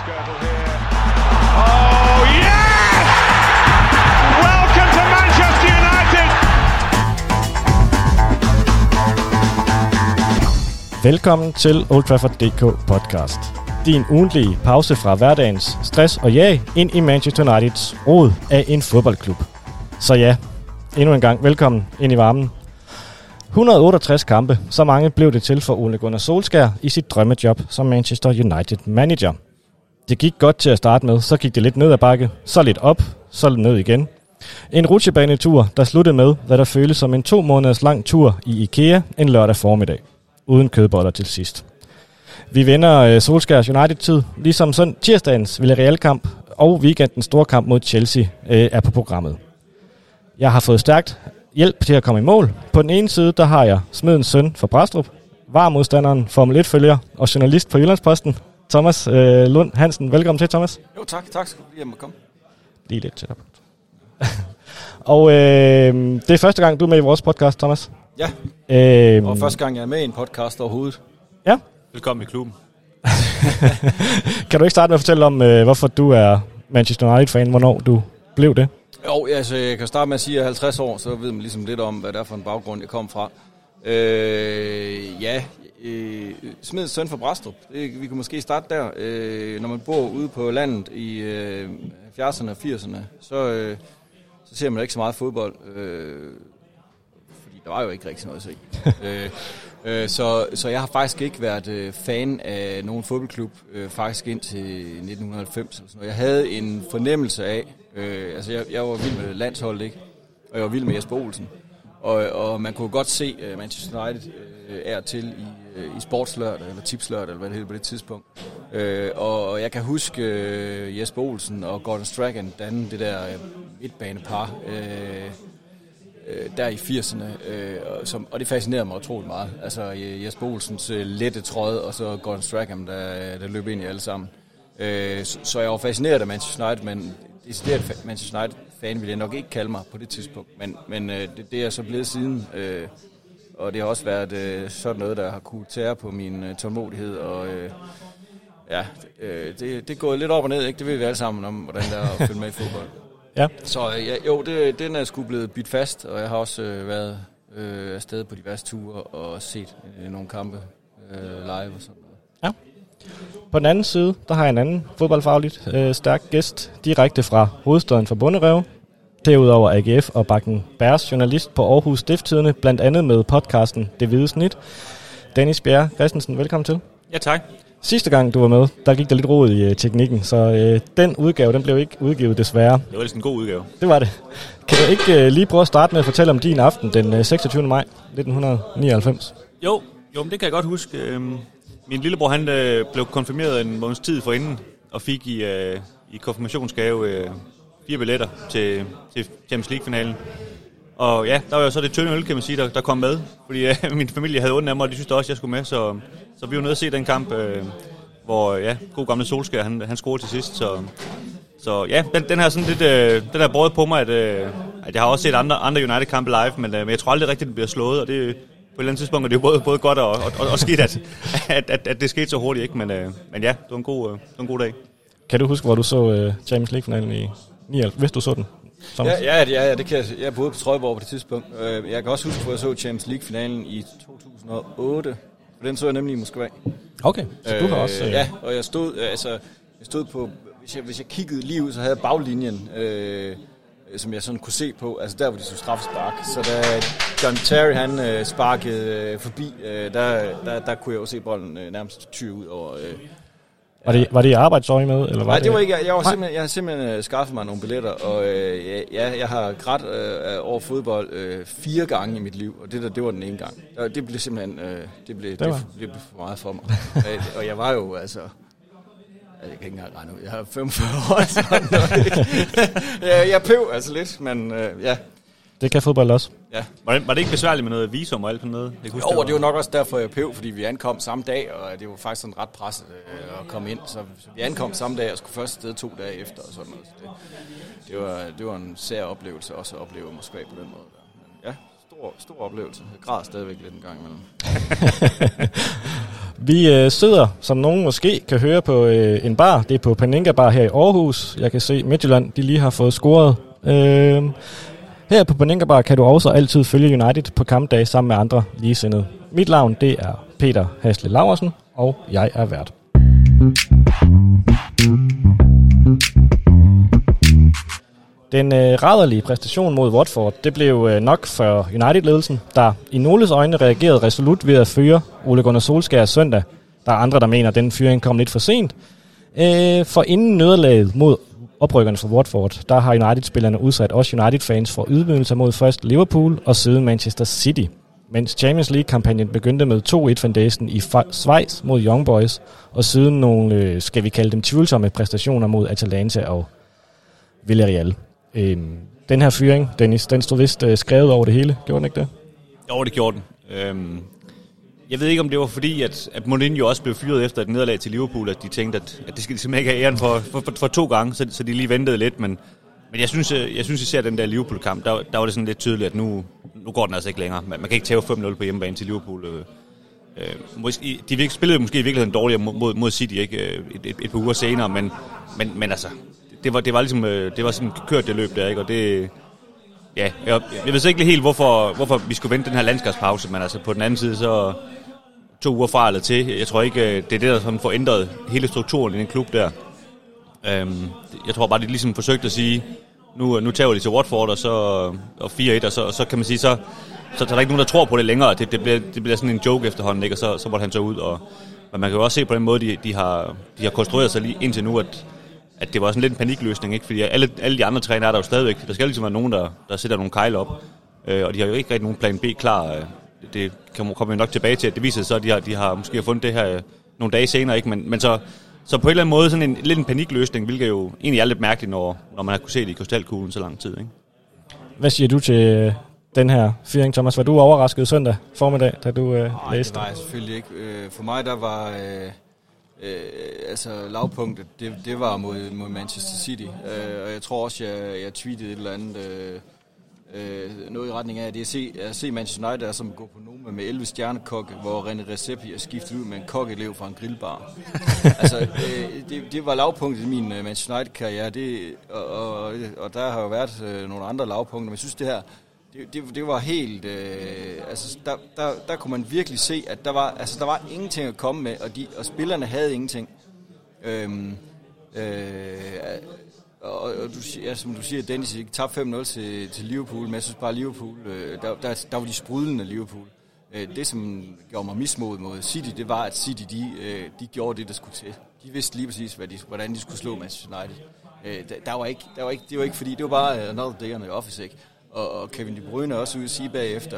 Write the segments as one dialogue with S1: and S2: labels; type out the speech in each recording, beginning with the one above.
S1: Skirtle here. Oh yes! Welcome to Manchester United!
S2: Velkommen til Old Trafford.dk podcast. Din ugentlige pause fra hverdagens stress og jag ind i Manchester Uniteds rod af en fodboldklub. Så ja, endnu en gang velkommen ind i varmen. 168 kampe, så mange blev det til for Ole Gunnar Solskjær i sit drømmejob som Manchester United manager. Det gik godt til at starte med, så gik det lidt ned ad bakke, så lidt op, så lidt ned igen. En rutsjebanetur, der sluttede med, hvad der føles som en 2 måneders lang tur i IKEA en lørdag formiddag. Uden kødboller til sidst. Vi vender Solskjærs United-tid, ligesom sådan tirsdagens Villarreal-kamp og weekendens storkamp mod Chelsea er på programmet. Jeg har fået stærkt hjælp til at komme i mål. På den ene side, der har jeg Smedens søn fra Brastrup, varmodstanderen, Formel 1-følger og journalist på Jyllandsposten, Thomas Lund Hansen. Velkommen til, Thomas.
S3: Jo, tak. Tak skal du lige komme.
S2: Lige lidt tættere på. Og det er første gang, du er med i vores podcast, Thomas.
S3: Ja, og første gang, jeg er med i en podcast overhovedet.
S2: Ja.
S3: Velkommen i klubben.
S2: Kan du ikke starte med at fortælle om, hvorfor du er Manchester United-fan, hvornår du blev det?
S3: Jo, altså, jeg kan starte med at sige, at jeg er 50 år, så ved man ligesom lidt om, hvad det er for en baggrund, jeg kom fra. Smedens søn fra Brastrup. Vi kan måske starte der. Når man bor ude på landet i 70'erne og 80'erne, så ser man ikke så meget fodbold. Fordi der var jo ikke rigtig noget at se. Så jeg har faktisk ikke været fan af nogen fodboldklub, faktisk indtil 1990. Jeg havde en fornemmelse af, jeg var vild med landsholdet, ikke? Og jeg var vild med Jesper Olsen. Og man kunne godt se Manchester United er til i sportslørdag, eller tipslørdag, eller hvad det hedder på det tidspunkt. Og jeg kan huske Jesper Olsen og Gordon Strachan danne det der midtbanepar der i 80'erne, og det fascinerede mig utroligt meget. Altså Jesper Olsens lette tråd, og så Gordon Strachan, der løb ind i alle sammen. Så jeg var fascineret af Manchester United, men decideret Manchester United-fan vil jeg nok ikke kalde mig på det tidspunkt. Men det er så blevet siden, og det har også været sådan noget, der har kunne tære på min tålmodighed, og det er gået lidt op og ned, ikke? Det ved vi alle sammen om, hvordan det er at følge med i fodbold. Ja. Så den er sgu blevet bidt fast, og jeg har også været afsted på diverse ture og set nogle kampe live og sådan noget.
S2: Ja. På den anden side, der har jeg en anden fodboldfagligt stærk gæst, direkte fra hovedstaden for Bonderøve. Derudover AGF og Bakken Bærs journalist på Aarhus Stiftstidende, blandt andet med podcasten Det Hvide Snit. Dennis Bjerre Christensen, velkommen til.
S4: Ja, tak.
S2: Sidste gang du var med, der gik der lidt rod i teknikken, så den udgave, den blev ikke udgivet desværre.
S4: Det var lidt en god udgave.
S2: Det var det. Kan du ikke lige prøve at starte med at fortælle om din aften den 26. maj 1999?
S4: Jo, men det kan jeg godt huske. Min lillebror, han blev konfirmeret en måneds tid forinden, og fik i konfirmationsgave 4 billetter til Champions League-finalen. Og ja, der var jo så det tynde øl, kan man sige, der kom med. Fordi min familie havde ondt af mig, og de synes også, jeg skulle med. Så vi var nødt at se den kamp, hvor god gamle Solskjær, han scorede til sidst. Så ja, den har sådan lidt, den har båret på mig, at jeg har også set andre United-kampe live, men jeg tror aldrig rigtigt, det bliver slået, og det på et eller andet tidspunkt er det jo både godt og skidt, at det skete så hurtigt, ikke? Men ja, det var en god dag.
S2: Kan du huske, hvor du så Champions League-finalen i 99, hvis du så den?
S3: Ja, det kan jeg. Jeg boede på Trøjborg på det tidspunkt. Jeg kan også huske, hvor jeg så Champions League-finalen i 2008. Den så jeg nemlig i Moskva.
S2: Okay, så du har også...
S3: Ja, og jeg stod på... Hvis jeg kiggede lige ud, så havde jeg baglinjen, som jeg sådan kunne se på, altså der, hvor de så straffespark. Så da John Terry, han sparkede forbi, der kunne jeg jo se bolden nærmest tyre ud over...
S2: Var det i arbejdsøje med? Eller
S3: Nej, det var ikke. Jeg har simpelthen skaffet mig nogle billetter, og jeg har grædt over fodbold 4 gange i mit liv, og det var den ene gang. Det blev simpelthen det blev for meget for mig. Og jeg var jo altså... Jeg kan ikke engang regne ud. Jeg har 45 år. Jeg pøv altså lidt, men ja.
S2: Det kan fodbold også.
S3: Ja.
S4: Var det ikke besværligt med noget visum og alt sådan noget?
S3: Og det var nok også derfor, jeg pøv, fordi vi ankom samme dag, og det var faktisk sådan ret presset at komme ind. Så vi ankom samme dag og skulle først sted 2 dage efter og sådan noget. Så det var en sær oplevelse også at opleve Moskva på den måde. Men ja, stor oplevelse. Jeg græder stadigvæk lidt en gang imellem.
S2: Vi sidder, som nogen måske kan høre, på en bar. Det er på Panenka Bar her i Aarhus. Jeg kan se Midtjylland, de lige har fået scoret. Her på Panenka Bar kan du også altid følge United på kampdage sammen med andre ligesindede. Mit navn, det er Peter Hasle Laursen, og jeg er vært. Den rædderlige præstation mod Watford, det blev nok for United-ledelsen, der i nogles øjne reagerede resolut ved at fyre Ole Gunnar Solskjær søndag. Der er andre, der mener, at den fyring kom lidt for sent. For inden nederlaget mod oprykkerne fra Watford, der har United-spillerne udsat os United-fans for ydmygelser mod først Liverpool og siden Manchester City. Mens Champions League-kampagnen begyndte med 2-1-fandæsen i Schweiz mod Young Boys, og siden nogle, skal vi kalde dem tvivlsomme præstationer mod Atalanta og Villarreal. Den her fyring, Dennis, den stod vist skrevet over det hele. Gjorde den ikke det?
S4: Jo, det gjorde den. Jeg ved ikke, om det var fordi, at Mourinho også blev fyret efter et nederlag til Liverpool, at de tænkte, at det skal de simpelthen ikke have æren for 2 gange, så de lige ventede lidt. Men jeg synes især den der Liverpool-kamp, der var det sådan lidt tydeligt, at nu går den altså ikke længere. Man kan ikke tage 5-0 på hjemmebane til Liverpool. De spillede måske i virkeligheden dårligere mod City ikke et par uger senere, men altså det var ligesom det var sådan kørt det løb der, ikke? Og det ja, jeg ved så ikke helt hvorfor vi skulle vente den her landskabspause, men altså på den anden side så 2 uger fra eller til. Jeg tror ikke det er det der sådan får ændret hele strukturen i den klub der. Jeg tror bare de ligesom forsøgte at sige nu tager de til Watford og så 4-1 og så kan man sige så er der ikke nogen der tror på det længere. Det bliver sådan en joke efterhånden, ikke? Og så måtte han så ud men man kan jo også se på den måde de har konstrueret sig lige indtil nu at det var sådan lidt en panikløsning, ikke? Fordi alle de andre trænere er der jo stadigvæk. Der skal ligesom være nogen, der sætter nogle kejler op. Og de har jo ikke rigtig nogen plan B klar. Det kommer vi nok tilbage til, at det viser sig så, at de har måske fundet det her nogle dage senere, ikke? Men så på en eller anden måde sådan lidt en panikløsning, hvilket jo egentlig er lidt mærkeligt, når man har kunne se det i krystalkuglen så lang tid, ikke?
S2: Hvad siger du til den her fyring, Thomas? Var du overrasket søndag formiddag, da du læste?
S3: Det var jeg selvfølgelig ikke. For mig, der var... lavpunktet, det var mod Manchester City, og jeg tror også, jeg tweetede et eller andet noget i retning af, at jeg ser Manchester United er som at gå på Noma med 11 stjernekokke, hvor René Redzepi er skiftet ud med en kokkeelev fra en grillbar. Altså, det var lavpunktet i min Manchester United-karriere, og der har jo været nogle andre lavpunkter, men jeg synes, det her det var helt... der kunne man virkelig se, at der var ingenting at komme med, og spillerne havde ingenting. Og som du siger, Dennis, ikke tabte 5-0 til Liverpool, men jeg synes bare, Liverpool, der var de sprudlende Liverpool. Det, som gjorde mig mismod mod City, det var, at City, de gjorde det, der skulle til. De vidste lige præcis, hvordan de skulle slå Manchester United. Det var ikke fordi, det var bare another day on the office, ikke? Og Kevin De Bruyne er også ude at sige bagefter,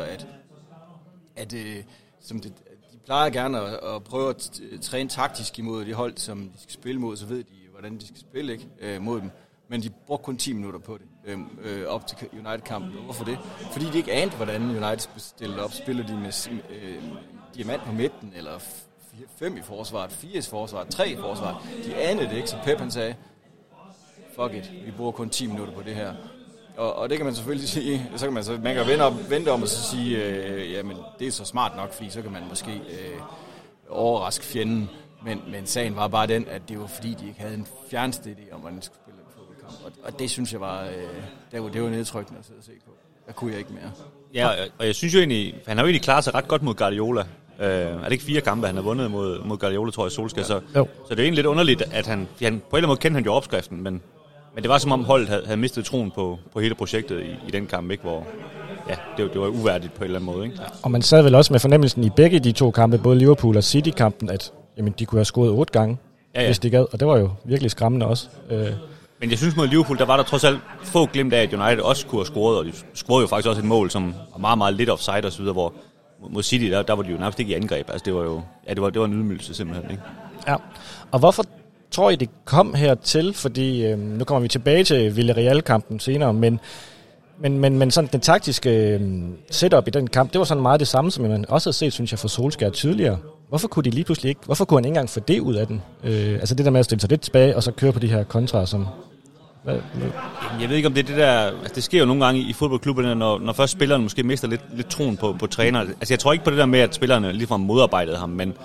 S3: at de plejer gerne at prøve at træne taktisk imod de hold, som de skal spille mod, så ved de, hvordan de skal spille, ikke, mod dem. Men de brugte kun 10 minutter på det, op til United-kampen. Hvorfor det? Fordi de ikke anede, hvordan United stillede op. Spiller de med diamant på midten, eller 5 i forsvaret, 4 i forsvaret, 3 i forsvaret. De anede det ikke, så Pep han sagde, fuck it, vi bruger kun 10 minutter på det her. Og det kan man selvfølgelig sige, så kan man kan vente om og så sige, jamen det er så smart nok, fordi så kan man måske overraske fjenden. Men sagen var bare den, at det var fordi, de ikke havde en fjerneste idé om, hvordan de skulle spille en fodboldkamp. Og det synes jeg var, det var nedtrykkende at sidde og se på. Der kunne jeg ikke mere. Ja,
S4: og jeg synes jo egentlig, han har jo egentlig klaret sig ret godt mod Guardiola. Er det ikke 4 kampe, han har vundet mod Guardiola, tror jeg, Solskjaer? Så det er jo egentlig lidt underligt, at han på en eller anden måde kendte han jo opskriften, men det var som om holdet havde mistet troen på hele projektet i den kamp, ikke? Hvor det var uværdigt på en eller anden måde, ikke?
S2: Og man sad vel også med fornemmelsen i begge de 2 kampe, både Liverpool og City-kampen, at jamen, de kunne have scoret 8 gange, hvis de gad, og det var jo virkelig skræmmende også.
S4: Men jeg synes mod Liverpool, der var der trods alt få glimt af, at United også kunne have scoret, og de scorede jo faktisk også et mål, som var meget, meget lidt offside og så videre, hvor mod City, der var de jo nærmest ikke i angreb. Altså det var jo, det var en ydmygelse simpelthen, ikke? Ja,
S2: og hvorfor tror I, det kom hertil? Fordi nu kommer vi tilbage til Villarreal-kampen senere, men sådan den taktiske setup i den kamp, det var sådan meget det samme, som man også har set, synes jeg, for Solskjær tidligere. Hvorfor kunne de lige pludselig ikke? Hvorfor kunne han ikke engang få det ud af den? Altså det der med at stille sig lidt tilbage, og så køre på de her kontraer, som...
S4: Jeg ved ikke, om det er det der... Altså det sker jo nogle gange i fodboldklubberne, når først spillerne måske mister lidt troen på træneren. Altså jeg tror ikke på det der med, at spillerne ligefrem modarbejdede ham, men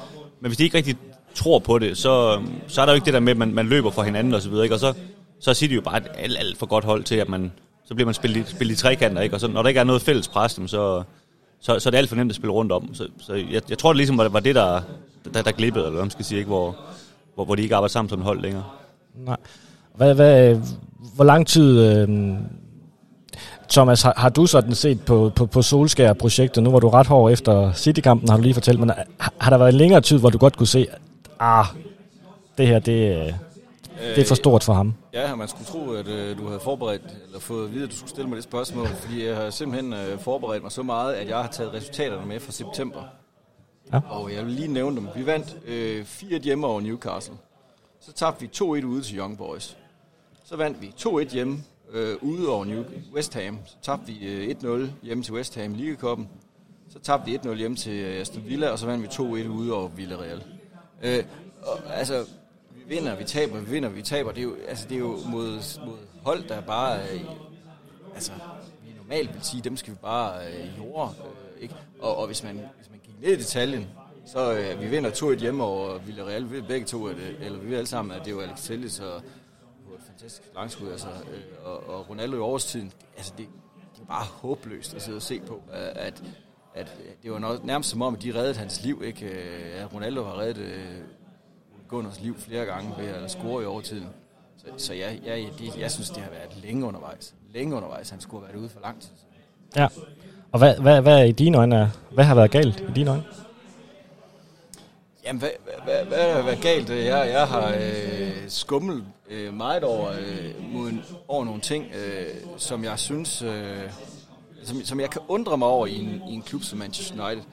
S4: Men hvis de ikke rigtig tror på det, så er der jo ikke det der med, at man løber for hinanden og så videre, ikke? Og så siger de jo bare et alt for godt hold til, at så bliver man spillet i trekanter, ikke? Og så når der ikke er noget fælles pres, så er det alt for nemt at spille rundt om. Så jeg tror, det ligesom var det, der glippede, eller hvad man skal sige, ikke? Hvor de ikke arbejder sammen som et hold længere.
S2: Nej. Hvor lang tid, Thomas, har du sådan set på Solskjær-projektet? Nu var du ret hård efter City-kampen, har du lige fortalt, men har der været længere tid, hvor du godt kunne se, at det her, det er for stort for ham?
S3: Ja, man skulle tro, at du havde forberedt, eller fået at vide, at du skulle stille mig det spørgsmål, fordi jeg har simpelthen forberedt mig så meget, at jeg har taget resultaterne med fra september. Ja. Og jeg vil lige nævne dem. Vi vandt 4-1 hjemme over Newcastle. Så tabte vi 2-1 ude til Young Boys. Så vandt vi 2-1 hjemme ude over West Ham. Så tabte vi 1-0 hjemme til West Ham i Ligacupen. Så tabte vi 1-0 hjemme til Aston Villa, og så vandt vi 2-1 ude over Villarreal. Altså, vi vinder, vi taber, vi vinder, vi taber. Det er jo mod hold, der bare... vi normalt vil sige, dem skal vi bare jorde, ikke? Og hvis man gik ned i detaljen, så vi vinder 2-1 hjemme over Villarreal. Vi ved begge to, eller vi ved alle sammen, at det er jo Alex Telles og et fantastisk langskud, og Ronaldo i årstiden. Altså, det er bare håbløst at sidde og se på, at det var nærmest som om, at de reddede hans liv, ikke? At Ronaldo har reddet Gunners liv flere gange ved at score i overtiden. Så jeg synes, det har været længe undervejs. Han skulle have været ude for lang tid.
S2: Ja. Og hvad er i dine øjne? Hvad har været galt i dine øjne?
S3: Jamen, hvad har været galt? Jeg har skummelt meget over nogle ting, som jeg synes, som jeg kan undre mig over i en klub som Manchester United.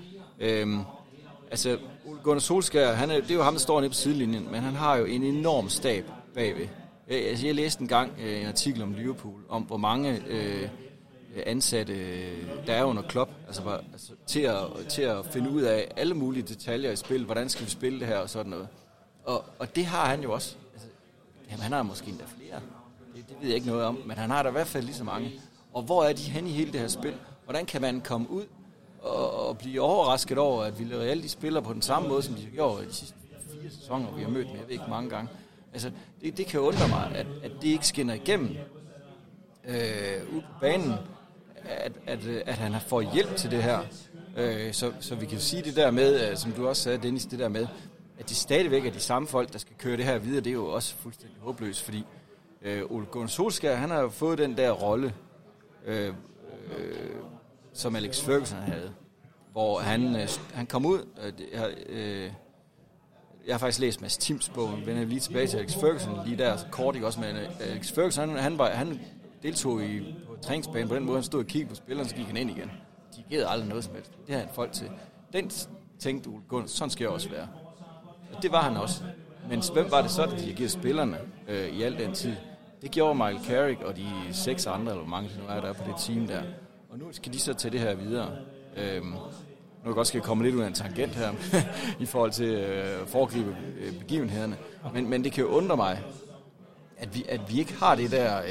S3: Ole Gunnar Solskjær, det er jo ham, der står nede på sidelinjen, men han har jo en enorm stab bagved. Jeg læste engang en artikel om Liverpool, om hvor mange ansatte der er under Klopp, til at finde ud af alle mulige detaljer i spil, hvordan skal vi spille det her og sådan noget. Og det har han jo også. Jamen, han har måske endda flere. Det ved jeg ikke noget om, men han har da i hvert fald lige så mange. Og hvor er de henne i hele det her spil? Hvordan kan man komme ud og blive overrasket over, at Villarreal de spiller på den samme måde, som de har gjort i de sidste 4 sæsoner, vi har mødt med, jeg ved ikke mange gange. Altså, det kan undre mig, at det ikke skinner igennem ude på banen, at han har fået hjælp til det her. Så vi kan sige det der med, som du også sagde, Dennis, det der med, at det stadigvæk er de samme folk, der skal køre det her videre, det er jo også fuldstændig håbløst, fordi Ole Gunnar Solskjær, han har jo fået den der rolle, som Alex Ferguson havde, hvor han kom ud, jeg har faktisk læst Mads Tims bog, men vender lige tilbage til Alex Ferguson, lige der, så kort ikke også, men Alex Ferguson, han deltog på træningsbanen på den måde, han stod og kiggede på spillerne, så gik han ind igen. De giver aldrig noget som helst. Det har han folk til. Den tænkte Ole Gunnar, sådan skal jeg også være. Og det var han også. Men hvem var det så, der dirigerede spillerne i al den tid? Det gjorde Michael Carrick og de 6 andre, eller hvor mange nu er der på det team der. Og nu skal de så tage det her videre. Nu kan godt skal komme lidt ud af en tangent her, i forhold til at foregribe begivenhederne. Men det kan jo undre mig, at vi ikke har det der...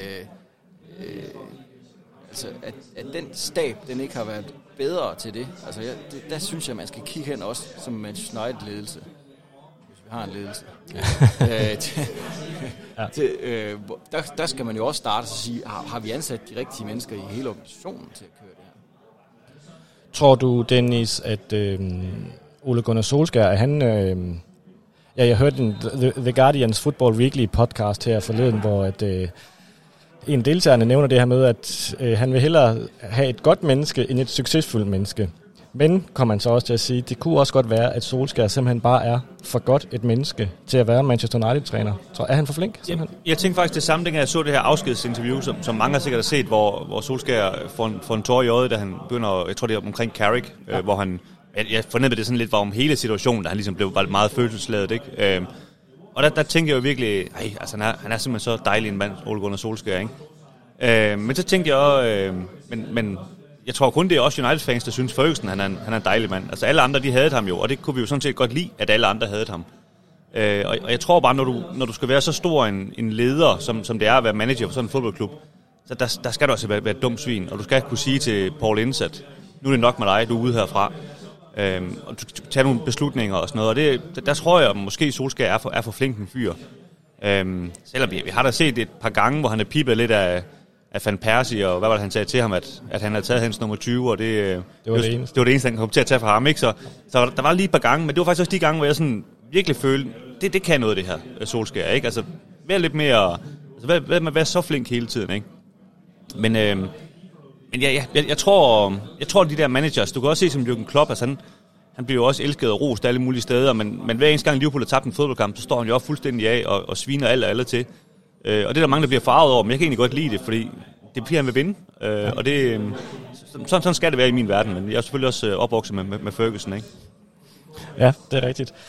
S3: at den stab, den ikke har været bedre til det. Altså, der synes jeg, man skal kigge hen også som Manchester United-ledelse. Hvis vi har en ledelse. Der skal man jo også starte og sige, har vi ansat de rigtige mennesker i hele organisationen til at køre det her?
S2: Tror du, Dennis, at Ole Gunnar Solskjær, han... jeg hørte The Guardians Football Weekly podcast her forleden, hvor at... en deltagerne nævner det her med, at han vil hellere have et godt menneske end et succesfuldt menneske. Men, kommer man så også til at sige, det kunne også godt være, at Solskjær simpelthen bare er for godt et menneske til at være Manchester United-træner. Så er han for flink?
S4: Jeg tænkte faktisk det samme, dengang jeg så det her afskedsinterview, som mange har sikkert set, hvor Solskjær får en tår i øjet, da han begynder, jeg tror det er omkring Carrick, hvor han, jeg fornemmede det sådan lidt, var om hele situationen, da han ligesom blev meget følelsesladet, ikke? Og der tænkte jeg jo virkelig, altså han er simpelthen så dejlig en mand, Ole Gunnar Solskjær, ikke? Men så tænkte jeg også, men jeg tror kun, det er også United-fans, der synes Ferguson, han er en dejlig mand. Altså alle andre, de havde ham jo, og det kunne vi jo sådan set godt lide, at alle andre havde ham. Og jeg tror bare, når du skal være så stor en leder, som det er at være manager for sådan en fodboldklub, så der skal du altså være et dumt svin, og du skal kunne sige til Paul Ince, at nu er det nok med dig, du er ude herfra. Og tage nogle beslutninger og sådan noget. Og der tror jeg, at måske Solskjaer er for flink en fyr. Selvom vi har da set et par gange, hvor han er pipet lidt af Van Persie, og hvad var det, han sagde til ham, at han havde taget hans nummer 20, og det var det eneste, han kom til at tage fra ham. Ikke? Så der var lige et par gange, men det var faktisk også de gange, hvor jeg sådan virkelig følte, det kan noget, det her Solskjaer. Ikke? Altså, vær lidt mere... Altså, vær så flink hele tiden, ikke? Men jeg tror, de der managers, du kan også se som Jürgen Klopp, altså han bliver jo også elsket og rost alle mulige steder, men hver eneste gang Liverpool har tabt en fodboldkamp, så står han jo også fuldstændig af og sviner alle til. Og det er der mange, der bliver farvet over, men jeg kan egentlig godt lide det, fordi det bliver han vil vinde. Og det, sådan skal det være i min verden, men jeg er selvfølgelig også opvokset med Ferguson, ikke?
S2: Ja, det er rigtigt.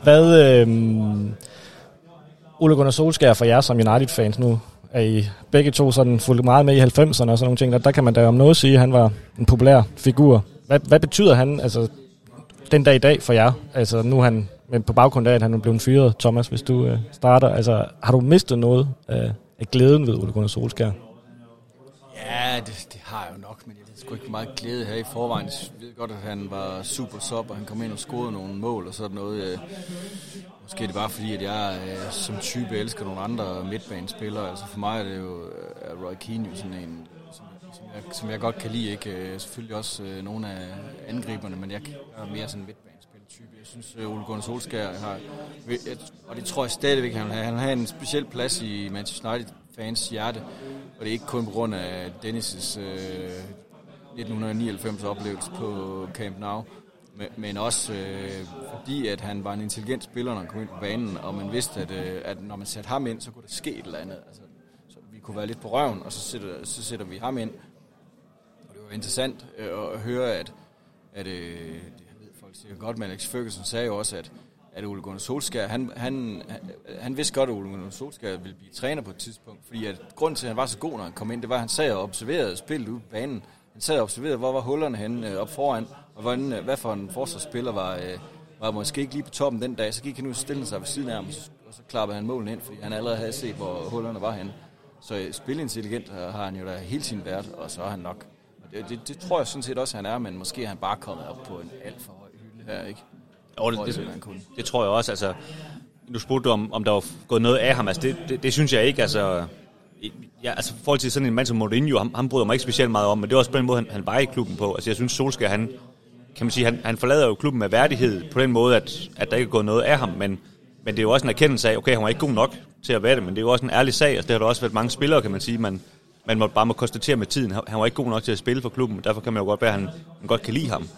S2: Ole Gunnar Solskjaer for jer som United-fans nu, er I begge to sådan fulgt meget med i 90'erne og sådan nogle ting, der kan man da om noget sige, at han var en populær figur. Hvad betyder han altså den dag i dag for jer? Altså nu han, men på baggrund af, at han er blevet fyret, Thomas, hvis du starter. Altså har du mistet noget af glæden ved Ole Gunnar Solskjaer?
S3: Ja, det har jeg jo nok, men jeg ved sgu ikke meget glæde her i forvejen. Jeg ved godt, at han var super sub, og han kom ind og scorede nogle mål og sådan noget. Måske er det bare fordi, at jeg som type elsker nogle andre midtbanespillere. Altså for mig er det jo Roy Keane jo sådan en, som jeg godt kan lide. Ikke? Selvfølgelig også nogle af angriberne, men jeg er mere sådan en midtbanespiller-type. Jeg synes, Ole Gunnar Solskjaer har, og det tror jeg stadigvæk, han vil have. Han har en speciel plads i Manchester United-fans hjerte, og det er ikke kun på grund af Dennis' 1999 oplevelse på Camp Nou, men også fordi, at han var en intelligent spiller, når han kom ind på banen, og man vidste, at når man satte ham ind, så kunne der ske et eller andet. Altså, så vi kunne være lidt på røven, og så sætter vi ham ind. Og det var interessant at høre, at jeg ved, folk siger godt, men Alex Ferguson sagde jo også, at Ole Gunnar Solskjaer, han vidste godt, at Ole Gunnar Solskjaer ville blive træner på et tidspunkt, fordi at grunden til, at han var så god, når han kom ind, det var, at han sad og observerede spillet ude på banen. Han sad og observerede, hvor var hullerne henne op foran, og hvad for en forsvarsspiller var måske ikke lige på toppen den dag. Så gik han ud og stillede sig ved siden af ham, og så klappede han målen ind, fordi han allerede havde set, hvor hullerne var henne. Så spilintelligent har han jo da hele tiden været, og så er han nok. Det tror jeg sådan set også, han er, men måske er han bare kommet op på en alt for høj hylde her, ikke?
S4: Det tror jeg også. Altså, nu spurgte du, om der var gået noget af ham. Altså, det synes jeg ikke. Altså, altså, i forhold til sådan en mand som Mourinho, han bryder mig ikke specielt meget om, men det er også på den måde, han var i klubben på. Altså, jeg synes, Solskjaer, han forlader jo klubben med værdighed på den måde, at der ikke er gået noget af ham, men det er jo også en erkendelse af, okay, han var ikke god nok til at være det, men det er jo også en ærlig sag. Altså, det har der også været mange spillere, kan man sige, man må konstatere med tiden. Han var ikke god nok til at spille for klubben, derfor kan man jo godt være, at han godt kan lide ham.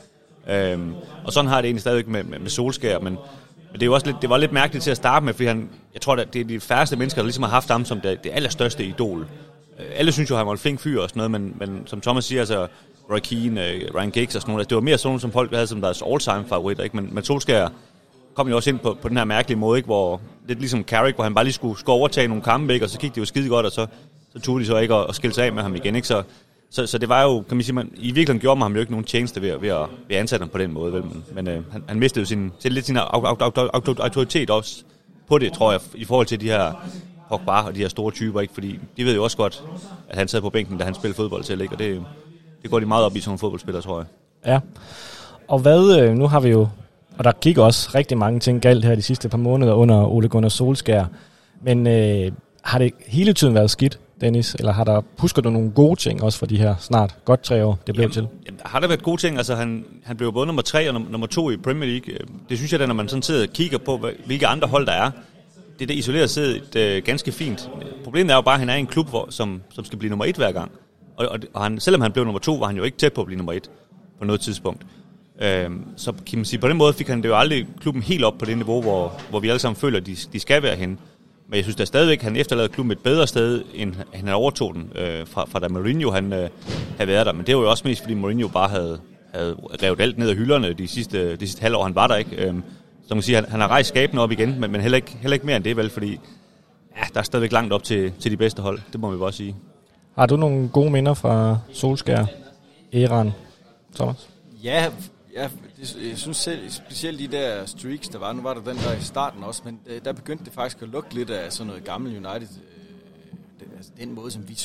S4: Og sådan har det egentlig stadigvæk med Solskjaer, men det er jo også det var lidt mærkeligt til at starte med, fordi jeg tror, at det er de færreste mennesker, der ligesom har haft ham som det allerstørste idol. Alle synes jo, han var en flink fyr og sådan noget, men som Thomas siger, altså Roy Keane, Ryan Giggs og sådan noget, det var mere sådan, som folk havde som deres all-time favoritter, ikke? Men Solskjaer kom jo også ind på den her mærkelige måde, ikke? Hvor lidt ligesom Carrick, hvor han bare lige skulle overtage nogle kampe, ikke? Og så gik det jo skide godt, og så tog de så ikke at skille sig af med ham igen, ikke? Så det var jo, kan man sige, i virkeligheden gjorde man ham jo ikke nogen tjeneste ved at ansætte ham på den måde, vel? Men han mistede jo sin autoritet også på det, tror jeg, i forhold til de her Pogba og de her store typer, ikke? Fordi de ved jo også godt, at han sad på bænken, da han spillede fodbold til, ikke? Og det går de meget op i som nogle fodboldspillere, tror jeg.
S2: Ja, og nu har vi jo, og der gik også rigtig mange ting galt her de sidste par måneder under Ole Gunnar Solskjaer, men har det hele tiden været skidt, Dennis, eller husker du nogle gode ting også for de her snart godt 3 år, det blev til?
S4: Jamen, har der været gode ting? Altså, han blev både nummer 3 og nummer 2 i Premier League. Det synes jeg da, når man sådan sidder og kigger på, hvilke andre hold der er. Det er isoleret set ganske fint. Problemet er jo bare, at han er i en klub, som skal blive nummer 1 hver gang. Og selvom han blev nummer 2, var han jo ikke tæt på at blive nummer 1 på noget tidspunkt. Så kan man sige, på den måde fik han det jo aldrig klubben helt op på det niveau, hvor vi alle sammen føler, at de skal være henne. Men jeg synes da stadigvæk, at han efterlader klubben et bedre sted, end han overtog den fra da Mourinho han havde været der. Men det var jo også mest, fordi Mourinho bare havde revet alt ned af hylderne de sidste halvår, han var der, ikke? Så man kan sige, at han har rejst skabene op igen, men heller ikke mere end det, vel? Fordi der er stadigvæk langt op til de bedste hold, det må vi bare sige.
S2: Har du nogle gode minder fra Solskjaer-æraen, Thomas?
S3: Ja, jeg synes selv, specielt de der streaks, der var, nu var der den der i starten også, men der begyndte det faktisk at lugte lidt af sådan noget gammel United, altså den måde, som vi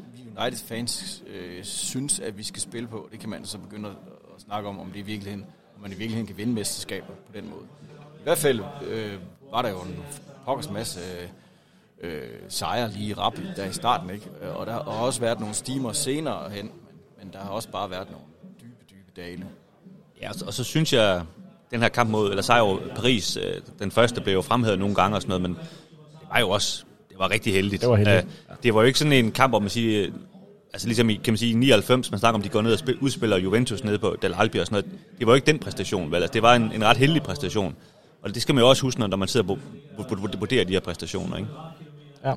S3: United-fans synes, at vi skal spille på. Det kan man så begynde at snakke om det i virkeligheden, man i virkeligheden kan vinde mesterskaber på den måde. I hvert fald var der jo en pokkers masse sejre lige Rapid der i starten, ikke? Og der har også været nogle stimer senere hen, men der har også bare været nogle dybe dale.
S4: Ja, og så synes jeg, den her kamp mod, eller sejr over Paris, den første blev jo fremhævet nogle gange og sådan noget, men det var jo også, det var rigtig heldigt.
S2: Det var heldigt.
S4: Det var jo ikke sådan en kamp, hvor man siger, altså ligesom i, kan man sige, 99, man snakker om, de går ned og udspiller Juventus nede på Del Alpi og sådan noget. Det var jo ikke den præstation, vel? Altså, det var en ret heldig præstation. Og det skal man jo også huske, når man sidder og vurderer de her præstationer, ikke?
S2: Ja.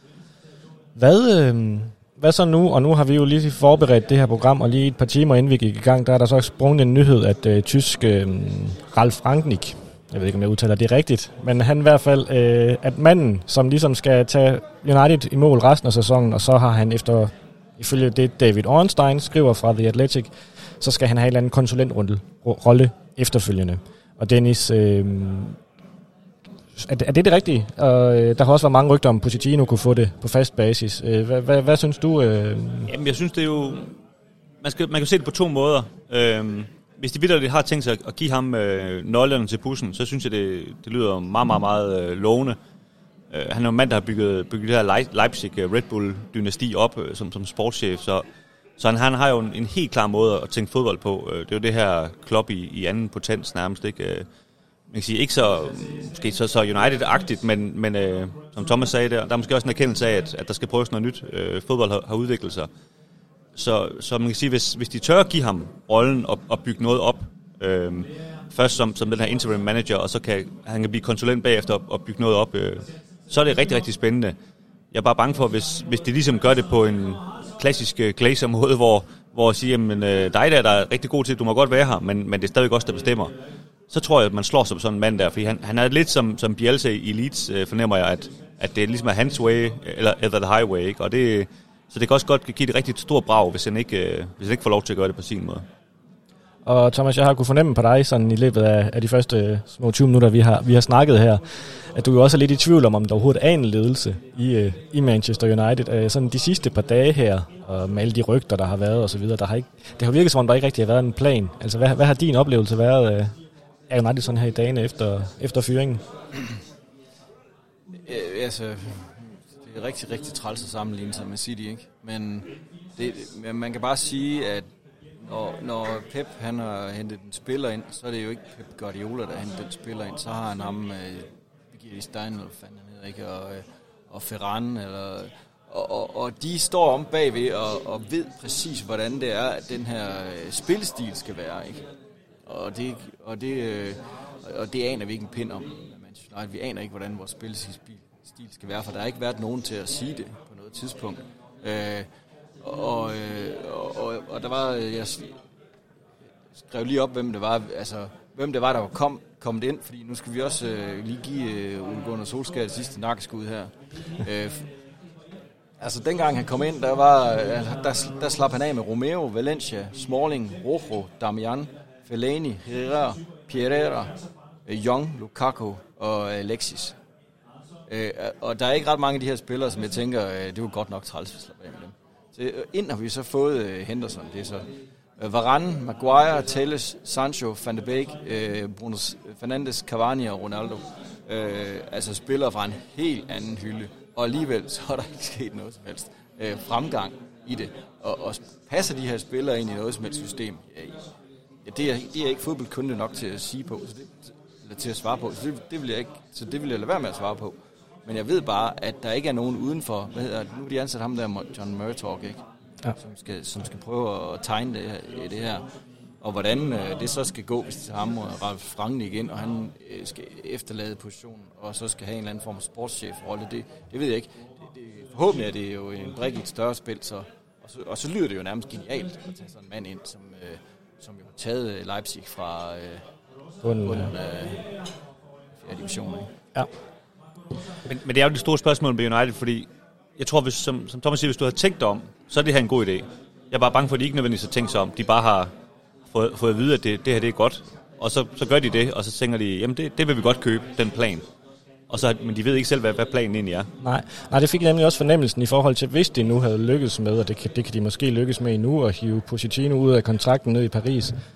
S2: Hvad så nu? Og nu har vi jo lige forberedt det her program, og lige et par timer inden vi gik i gang, der er der så sprunget en nyhed, at tysk Ralf Rangnick, jeg ved ikke, om jeg udtaler det rigtigt, men han i hvert fald, at manden, som ligesom skal tage United i mål resten af sæsonen, og så har han ifølge det David Ornstein skriver fra The Athletic, så skal han have en eller anden konsulentrolle efterfølgende. Og Dennis, er det rigtige? Og der har også været mange rygter om, Pochettino kunne få det på fast basis. Hvad synes du?
S4: Jamen, jeg synes, det er jo... Man kan se det på to måder. Hvis de vitterligt har tænkt sig at give ham nøglerne til bussen, så synes jeg, det lyder meget, meget, meget lovende. Han er jo en mand, der har bygget det her Leipzig Red Bull-dynasti op som sportschef, så han har jo en helt klar måde at tænke fodbold på. Det er jo det her klub i anden potens nærmest, ikke? Man kan sige, ikke så United-agtigt, men som Thomas sagde, der er måske også en erkendelse af, at der skal prøves noget nyt. Fodbold har udviklet sig. Så man kan sige, hvis de tør at give ham rollen og bygge noget op, først som den her interim manager, og så han kan blive konsulent bagefter og bygge noget op, så er det rigtig, rigtig spændende. Jeg er bare bange for, hvis de ligesom gør det på en klassisk Glazer-måde, hvor jeg siger, jamen dig der er rigtig god til, du må godt være her, men det er stadig også der bestemmer. Så tror jeg, at man slår sig på sådan en mand der, fordi han er lidt som Bielsa i Leeds, fornemmer jeg, at det ligesom er hans way, eller the highway, ikke? Og så det kan også godt give et rigtig stort brag, hvis han ikke får lov til at gøre det på sin måde.
S2: Og Thomas, jeg har kunnet fornemme på dig sådan i løbet af de første små 20 minutter, vi har snakket her, at du jo også er lidt i tvivl om der overhovedet er en ledelse i Manchester United. Sådan de sidste par dage her, og med alle de rygter, der har været og så videre, det har virket som om, der ikke rigtig har været en plan. Altså, hvad har din oplevelse været af United sådan her i dagene efter fyringen?
S3: Altså, det er rigtig, rigtig træls at sammenligne sig med City, ikke? Men man kan bare sige, at når Pep han har hentet en spiller ind, så er det jo ikke Pep Guardiola, der har hentet den spiller ind. Så har han ham, Vigil Stein, eller hvad fanden han hedder, ikke? Og Ferran, og de står om bagved og ved præcis, hvordan det er, at den her spillestil skal være, ikke? Og det aner vi ikke en pind om. Nej, vi aner ikke, hvordan vores spillestil skal være, for der har ikke været nogen til at sige det på noget tidspunkt. Og der var, jeg skrev lige op, hvem det var, der var kommet ind, fordi nu skal vi også lige give Ole Gunnar Solskjaer det sidste nakkeskud her. Altså dengang han kom ind, der slap han af med Romeo, Valencia, Smalling, Rojo, Damian, Fellaini, Herrera, Pereira, Young, Lukaku og Alexis. Og der er ikke ret mange af de her spillere, som jeg tænker, det var godt nok træls at slappe af med dem. Så ind har vi så fået Henderson, det er så Varane, Maguire, Telles, Sancho, Van de Beek, Bruno Fernandes, Cavani og Ronaldo. Altså spillere fra en helt anden hylde. Og alligevel så er der ikke sket noget som helst fremgang i det. Og passer de her spillere ind i noget som helst system? Det er ikke fodboldkunde nok til at sige på, eller til at svare på. Det vil jeg lade være med at svare på. Men jeg ved bare, at der ikke er nogen udenfor. Nu er de ansat ham der, John Murtock, ikke? Ja. Som skal prøve at tegne det her. Og hvordan det så skal gå, hvis det er ham og Ralf Rangnick ind, og han skal efterlade positionen, og så skal have en eller anden form af sportschef-rolle. Det ved jeg ikke. Forhåbentlig er det jo en brik i et større spil, og så lyder det jo nærmest genialt at tage sådan en mand ind, som jo har taget Leipzig fra bunden af 4. division. Ikke?
S4: Ja. Men det er jo det store spørgsmål med United, fordi jeg tror, som Thomas siger, hvis du havde tænkt dig om, så er det her en god idé. Jeg er bare bange for, at de ikke nødvendigvis har tænkt sig om. De bare har fået at vide, at det her det er godt. Og så gør de det, og så tænker de, jamen det vil vi godt købe, den plan. Men de ved ikke selv, hvad planen egentlig er. Nej, det fik jeg nemlig også fornemmelsen i forhold til, hvis de nu havde lykkes med, og det kan de måske lykkes med endnu, at hive Pochettino ud af kontrakten ned i Paris,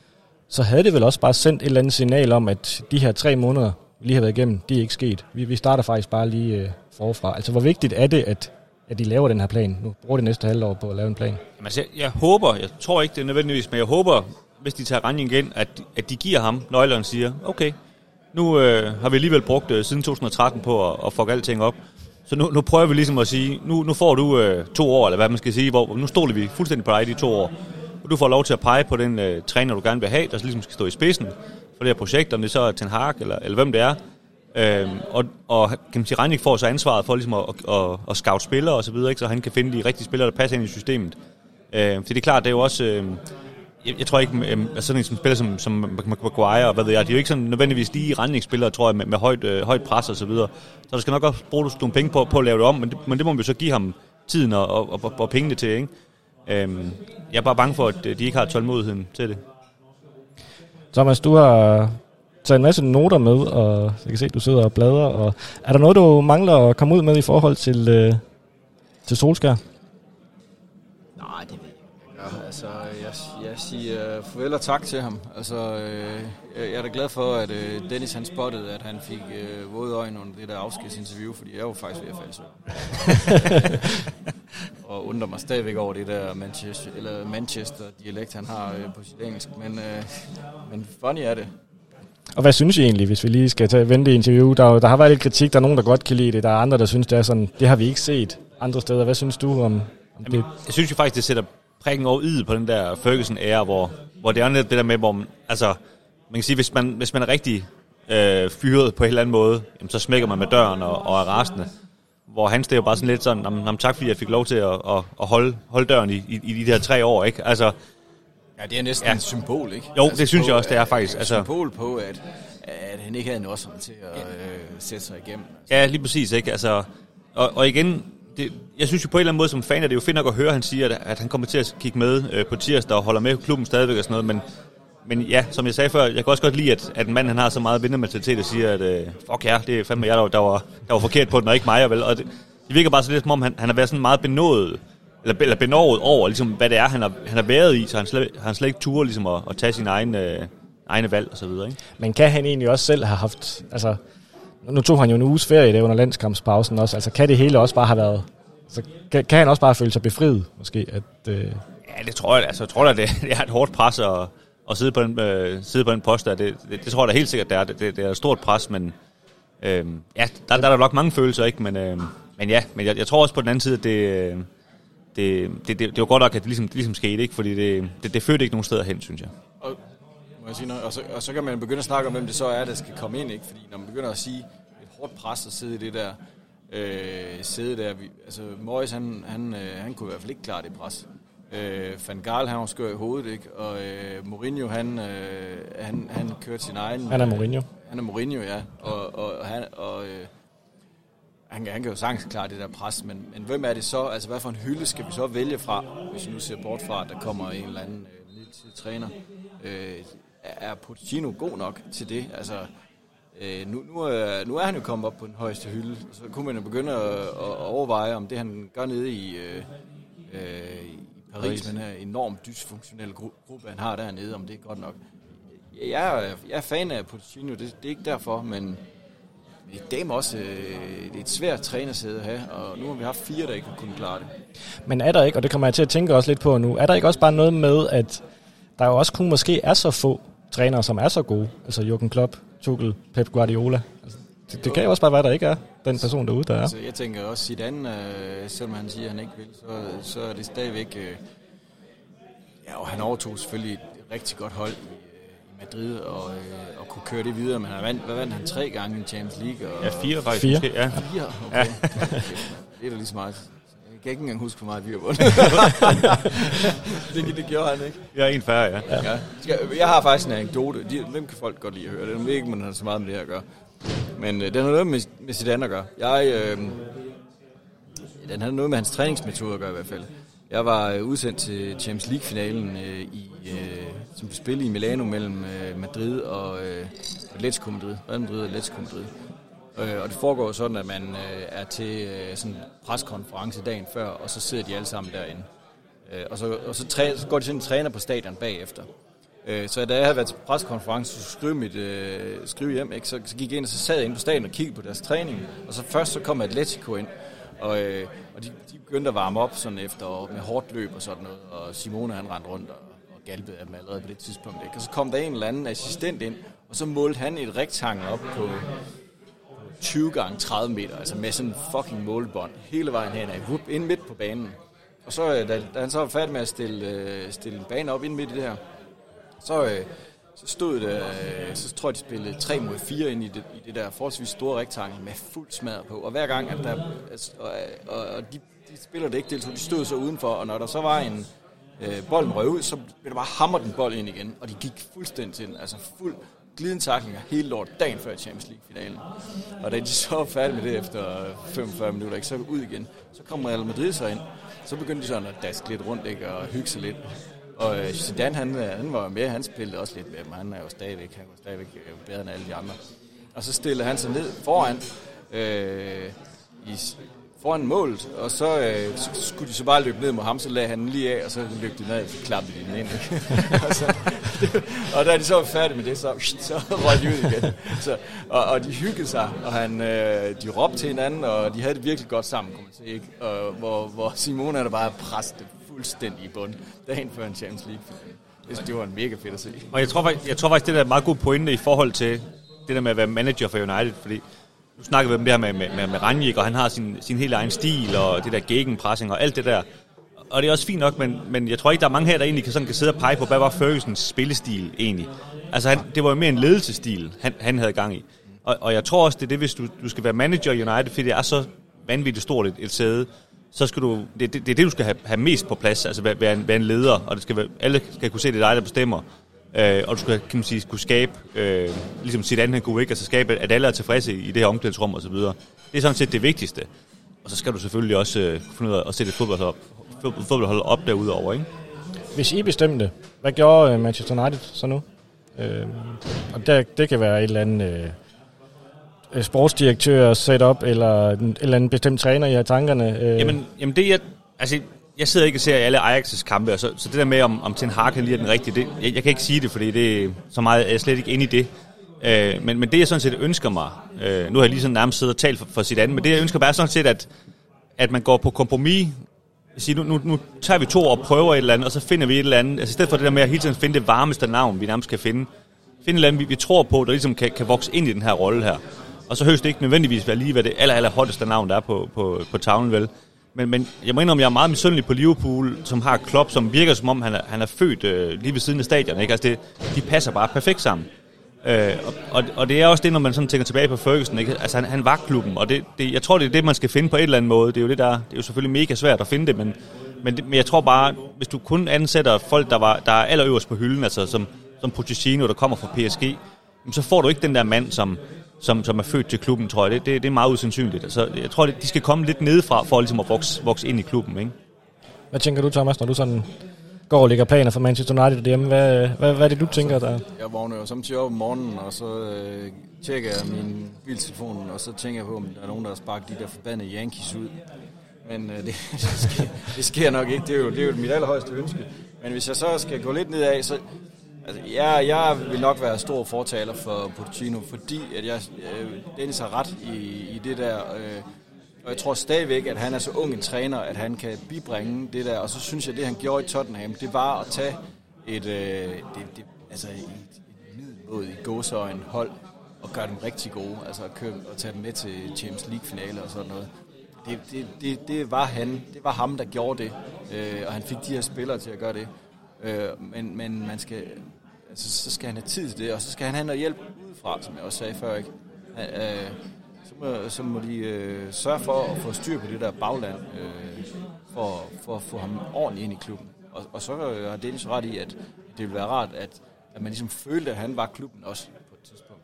S2: så havde det vel også bare sendt et eller andet signal om, at de her 3 måneder, vi lige har været igennem, de er ikke sket. Vi starter faktisk bare lige forfra. Altså, hvor vigtigt er det, at de laver den her plan? Nu bruger det næste halvår på at lave en plan.
S4: Jamen, altså, jeg håber, jeg tror ikke det er nødvendigvis, men jeg håber, hvis de tager Rangnick igen, at de giver ham nøglerne og siger, okay, nu har vi alligevel brugt siden 2013 på at fuck alting op. Så nu prøver vi ligesom at sige, nu får du 2 år, eller hvad man skal sige, hvor nu stoler vi fuldstændig på dig de 2 år. Og du får lov til at pege på den træner, du gerne vil have, der ligesom skal stå i spidsen for det her projekt, om det så er Ten Hag eller hvem det er. Og kan man sige, Rangnick får så ansvaret for ligesom at scout spillere og så videre, ikke? Så han kan finde de rigtige spillere, der passer ind i systemet. For det er klart, det er jo også... Jeg tror ikke, sådan en spiller som Maguire og hvad ved jeg, de er jo ikke sådan nødvendigvis lige Rangnick-spillere, tror jeg, med højt pres og så videre. Så der skal nok også bruge nogle penge på at lave det om, men det må vi jo så give ham tiden og pengene til, ikke? Jeg er bare bange for, at de ikke har tålmodigheden til det.
S2: Thomas, du har taget en masse noter med, og jeg kan se, at du sidder og bladrer. Og er der noget, du mangler at komme ud med i forhold til Solskjær?
S3: Nej, det ved jeg ikke. Altså, jeg siger farvel og tak til ham. Altså, jeg er da glad for, at Dennis han spottede, at han fik våde øjne under det der afskedsinterview, fordi jeg var faktisk ved at falde søvn. Og undrer mig stadigvæk over det der Manchester-dialekt, han har på sit engelsk. Men funny er det. Og
S2: hvad synes I egentlig, hvis vi lige skal vente i interview? Der har været lidt kritik, der er nogen, der godt kan lide det. Der er andre, der synes, det er sådan, det har vi ikke set andre steder. Hvad synes du om det?
S4: Jeg synes jo faktisk, det sætter prikken over i på den der Ferguson-ære, hvor det er net det der med, hvor man kan sige, hvis man er rigtig fyret på en eller anden måde, jamen, så smækker man med døren og er rasende. Hvor Hans, det er jo bare sådan lidt sådan, tak fordi jeg fik lov til at holde døren i de her 3 år, ikke? Altså,
S3: ja, det er næsten et symbol, ikke?
S4: Jo, altså, det synes jeg også, det er faktisk.
S3: Et symbol på, at han ikke havde noget til at sætte sig igennem. Altså.
S4: Ja, lige præcis, ikke? Altså, og igen, jeg synes jo på en eller anden måde som fan, at det er jo fedt nok at høre, at han siger, at han kommer til at kigge med på tirsdag og holder med klubben stadigvæk og sådan noget, men ja, som jeg sagde før, jeg kan også godt lide, at en mand, han har så meget vindermentalitet og siger, at fuck ja, det er fandme jeg, der var forkert på den, og ikke mig, vel? Og det virker bare så lidt som om, han har været sådan meget benådet, eller benovet over, ligesom, hvad det er, han har været i, så han slet ikke turde ligesom, at tage sin egne valg og så videre, ikke?
S2: Men kan han egentlig også selv have haft, altså, nu tog han jo en uges ferie der under landskampspausen også, altså kan det hele også bare have været, altså, kan han også bare føle sig befriet, måske? Ja,
S4: det tror jeg, altså, jeg tror, at det er et hårdt pres at sidde på den post der. Det tror jeg da helt sikkert, det er et stort pres, men ja, der er nok mange følelser, ikke? Men jeg tror også på den anden side, at det var godt nok, at det ligesom skete, ikke? Fordi det førte ikke nogen steder hen, synes jeg.
S3: Og, må jeg sige noget? Og så kan man begynde at snakke om, hvem det så er, der skal komme ind, ikke? Fordi når man begynder at sige et hårdt pres at sidde i det der, altså Moyes, han kunne i hvert fald ikke klare det pres. Van Gaal, han var skør i hovedet, ikke? Og Mourinho, han kørte sin egen...
S2: Han er Mourinho.
S3: Han er Mourinho, ja. Han kan jo sagtens klare det der pres, men hvem er det så? Altså, hvad for en hylde skal vi så vælge fra, hvis vi nu ser bort fra, at der kommer en eller anden lille træner? Er Pochettino god nok til det? Altså, nu er han jo kommet op på den højeste hylde, så kunne man jo begynde at overveje, om det han gør nede i Paris, den her enormt dysfunktionelle gruppe, han har dernede, om det er godt nok. Jeg er fan af Pochettino, det er ikke derfor, men det er også det er et svært trænersæde at have, og nu har vi haft 4, der ikke har kunnet klare det.
S2: Men er der ikke, og det kommer jeg til at tænke også lidt på nu, er der ikke også bare noget med, at der jo også kun måske er så få trænere, som er så gode, altså Jürgen Klopp, Tuchel, Pep Guardiola. Altså, det kan jo også bare være, der ikke er den person derude, der er.
S3: Altså, jeg tænker også, Zidane, selvom han siger, at han ikke vil, så er det stadigvæk... ja, og han overtog selvfølgelig et rigtig godt hold i Madrid, og kunne køre det videre, men hvad vandt han 3 gange i Champions League? Og,
S4: ja, 4 faktisk.
S2: 4?
S4: Måske, ja.
S3: 4? Okay. Ja. Det er da lige så meget. Jeg kan ikke engang huske, hvor meget vi har vundet. det gjorde han ikke.
S4: Jeg er en færre, ja.
S3: Jeg har faktisk en anekdote. Hvem kan folk godt lide at høre? Det er ikke, man har så meget med det her at gøre. Men den har noget med Zidane at gøre. Den har noget med hans træningsmetode at gøre i hvert fald. Jeg var udsendt til Champions League-finalen som spil i Milano mellem Madrid og Atletico Madrid. Real Madrid og Atletico Madrid. Og det foregår sådan, at man er til sådan en preskonference dagen før, og så sidder de alle sammen derinde. Og så går de sådan en træner på stadion bagefter. Så da jeg havde været til pressekonference og skrive hjem, ikke, så gik jeg ind, og så sad jeg inde på stadion og kiggede på deres træning. Og så først så kom Atletico ind, og de begyndte at varme op sådan efter med hårdt løb og sådan noget. Og Simone han rendte rundt og galpede af dem allerede på det tidspunkt. Ikke? Og så kom der en eller anden assistent ind, og så målte han et rektangel op på 20 gange 30 meter, altså med sådan en fucking målebånd hele vejen hen af, ind midt på banen. Og så, da han så var færdig med at stille banen op ind midt i det her, så stod det, så tror jeg, de spillede 3 mod 4 ind i det der forholdsvis store rektangel med fuld smadret på. Og hver gang, at der, og de spiller det ikke deltog, de stod så udenfor, og når der så var en bolden røg ud, så blev der bare hamret den bold ind igen, og de gik fuldstændig til den, altså fuld glidentaklinger hele lort dagen før Champions League-finalen. Og da de så var færdige med det efter 45 minutter, ikke, så ud igen, så kom Real Madrid så ind, så begyndte de sådan at daske lidt rundt, ikke, og hygge sig lidt. Og Zidane, han var med, han spillede også lidt med dem, han var stadigvæk bedre end alle de andre. Og så stillede han sig ned foran målet, og så skulle de så bare løbe ned mod ham, så lagde han lige af, og så løb de ned, og så klappede de den ind. Og da de så var færdige med det, så røg de ud igen. Så, og de hyggede sig, og de råbte til hinanden, og de havde det virkelig godt sammen, kunne man sige, ikke? Og hvor Simone der bare presset fuldstændig i bund dagen før en Champions League. Det var en mega fedt at se.
S4: Og jeg tror faktisk, det der er meget god pointe i forhold til det der med at være manager for United, fordi nu snakker vi om det her med Ranjik, og han har sin helt egen stil, og det der gegenpressing og alt det der. Og det er også fint nok, men jeg tror ikke, der er mange her, der egentlig kan sidde og pege på, hvad var Fergusons spillestil egentlig. Altså, det var jo mere en ledelsesstil, han havde gang i. Og jeg tror også, det er det, hvis du skal være manager i United, fordi det er så vanvittigt stort et sæde, så skal du, det er det, du skal have mest på plads, altså være en leder, og det skal være, alle skal kunne se, det er dig, der bestemmer. Og du skal, kan man sige, kunne skabe, ligesom Zidane han kunne ikke, altså skabe, at alle er tilfredse i det her omklædningsrum og så videre. Det er sådan set det vigtigste. Og så skal du selvfølgelig også finde ud af at sætte et fodboldhold op derudover, ikke?
S2: Hvis I bestemte, hvad gjorde Manchester United så nu? Og det kan være et eller andet sportsdirektør setup, eller en eller anden bestemt træner, I har tankerne.
S4: Jamen det jeg sidder ikke og ser alle Ajax' kampe, så det der med, om Ten Hag lige er den rigtige, jeg kan ikke sige det, fordi det er så meget, jeg er slet ikke inde i det. Men det, jeg sådan set ønsker mig, nu har jeg lige sådan nærmest siddet og talt for sit andet, men det, jeg ønsker bare sådan set, at man går på kompromis. Nu tager vi 2 år og prøver et eller andet, og så finder vi et eller andet. Altså i stedet for det der med at hele tiden finde det varmeste navn, vi nærmest kan finde et eller andet, vi tror på, der ligesom kan vokse ind i den her rolle her. Og så høres det ikke nødvendigvis være lige, hvad det aller hotteste navn, der er på tavlen, vel. Men jeg må indrømme, jeg er meget misundelig på Liverpool, som har Klopp, som virker som om, han er født lige ved siden af stadion, ikke? Altså de passer bare perfekt sammen. Og det er også det, når man sådan tænker tilbage på Ferguson, ikke? Altså han var klubben, og jeg tror, det er det, man skal finde på et eller andet måde. Det er jo selvfølgelig mega svært at finde det, men jeg tror bare, hvis du kun ansætter folk, der er allerøverst på hylden, altså som Pochettino, der kommer fra PSG, så får du ikke den der mand, som er født til klubben, tror jeg. Det er meget usandsynligt. Altså, jeg tror, de skal komme lidt nedefra, for ligesom at vokse ind i klubben, ikke?
S2: Hvad tænker du, Thomas, når du sådan går og lægger planer for Manchester United derhjemme? Hvad er det, du tænker der?
S3: Jeg vågner jo samtidig op om morgenen, og så tjekker jeg min biltelefon, og så tænker jeg på, om der er nogen, der har sparket de der forbandede Yankees ud. Men det sker nok ikke. Det er jo mit allerhøjeste ønske. Men hvis jeg så skal gå lidt nedad, så altså, jeg vil nok være stor fortaler for Pochettino, fordi at Dennis har ret i det der. Og jeg tror stadigvæk, at han er så ung en træner, at han kan bibringe det der. Og så synes jeg, at det han gjorde i Tottenham, det var at tage et middelmåde i gåseøjne hold og gøre dem rigtig gode. Altså at køre og tage dem med til Champions League-finaler og sådan noget. Det var ham, der gjorde det. Og han fik de her spillere til at gøre det. Men man skal, altså, så skal han have tid til det, og så skal han have noget hjælp udefra, som jeg også sagde før, ikke? Så må de sørge for at få styr på det der bagland, for at få ham ordentligt ind i klubben. Og så har Dennis ret i, at det vil være rart, at man ligesom følte, at han var klubben også på et tidspunkt.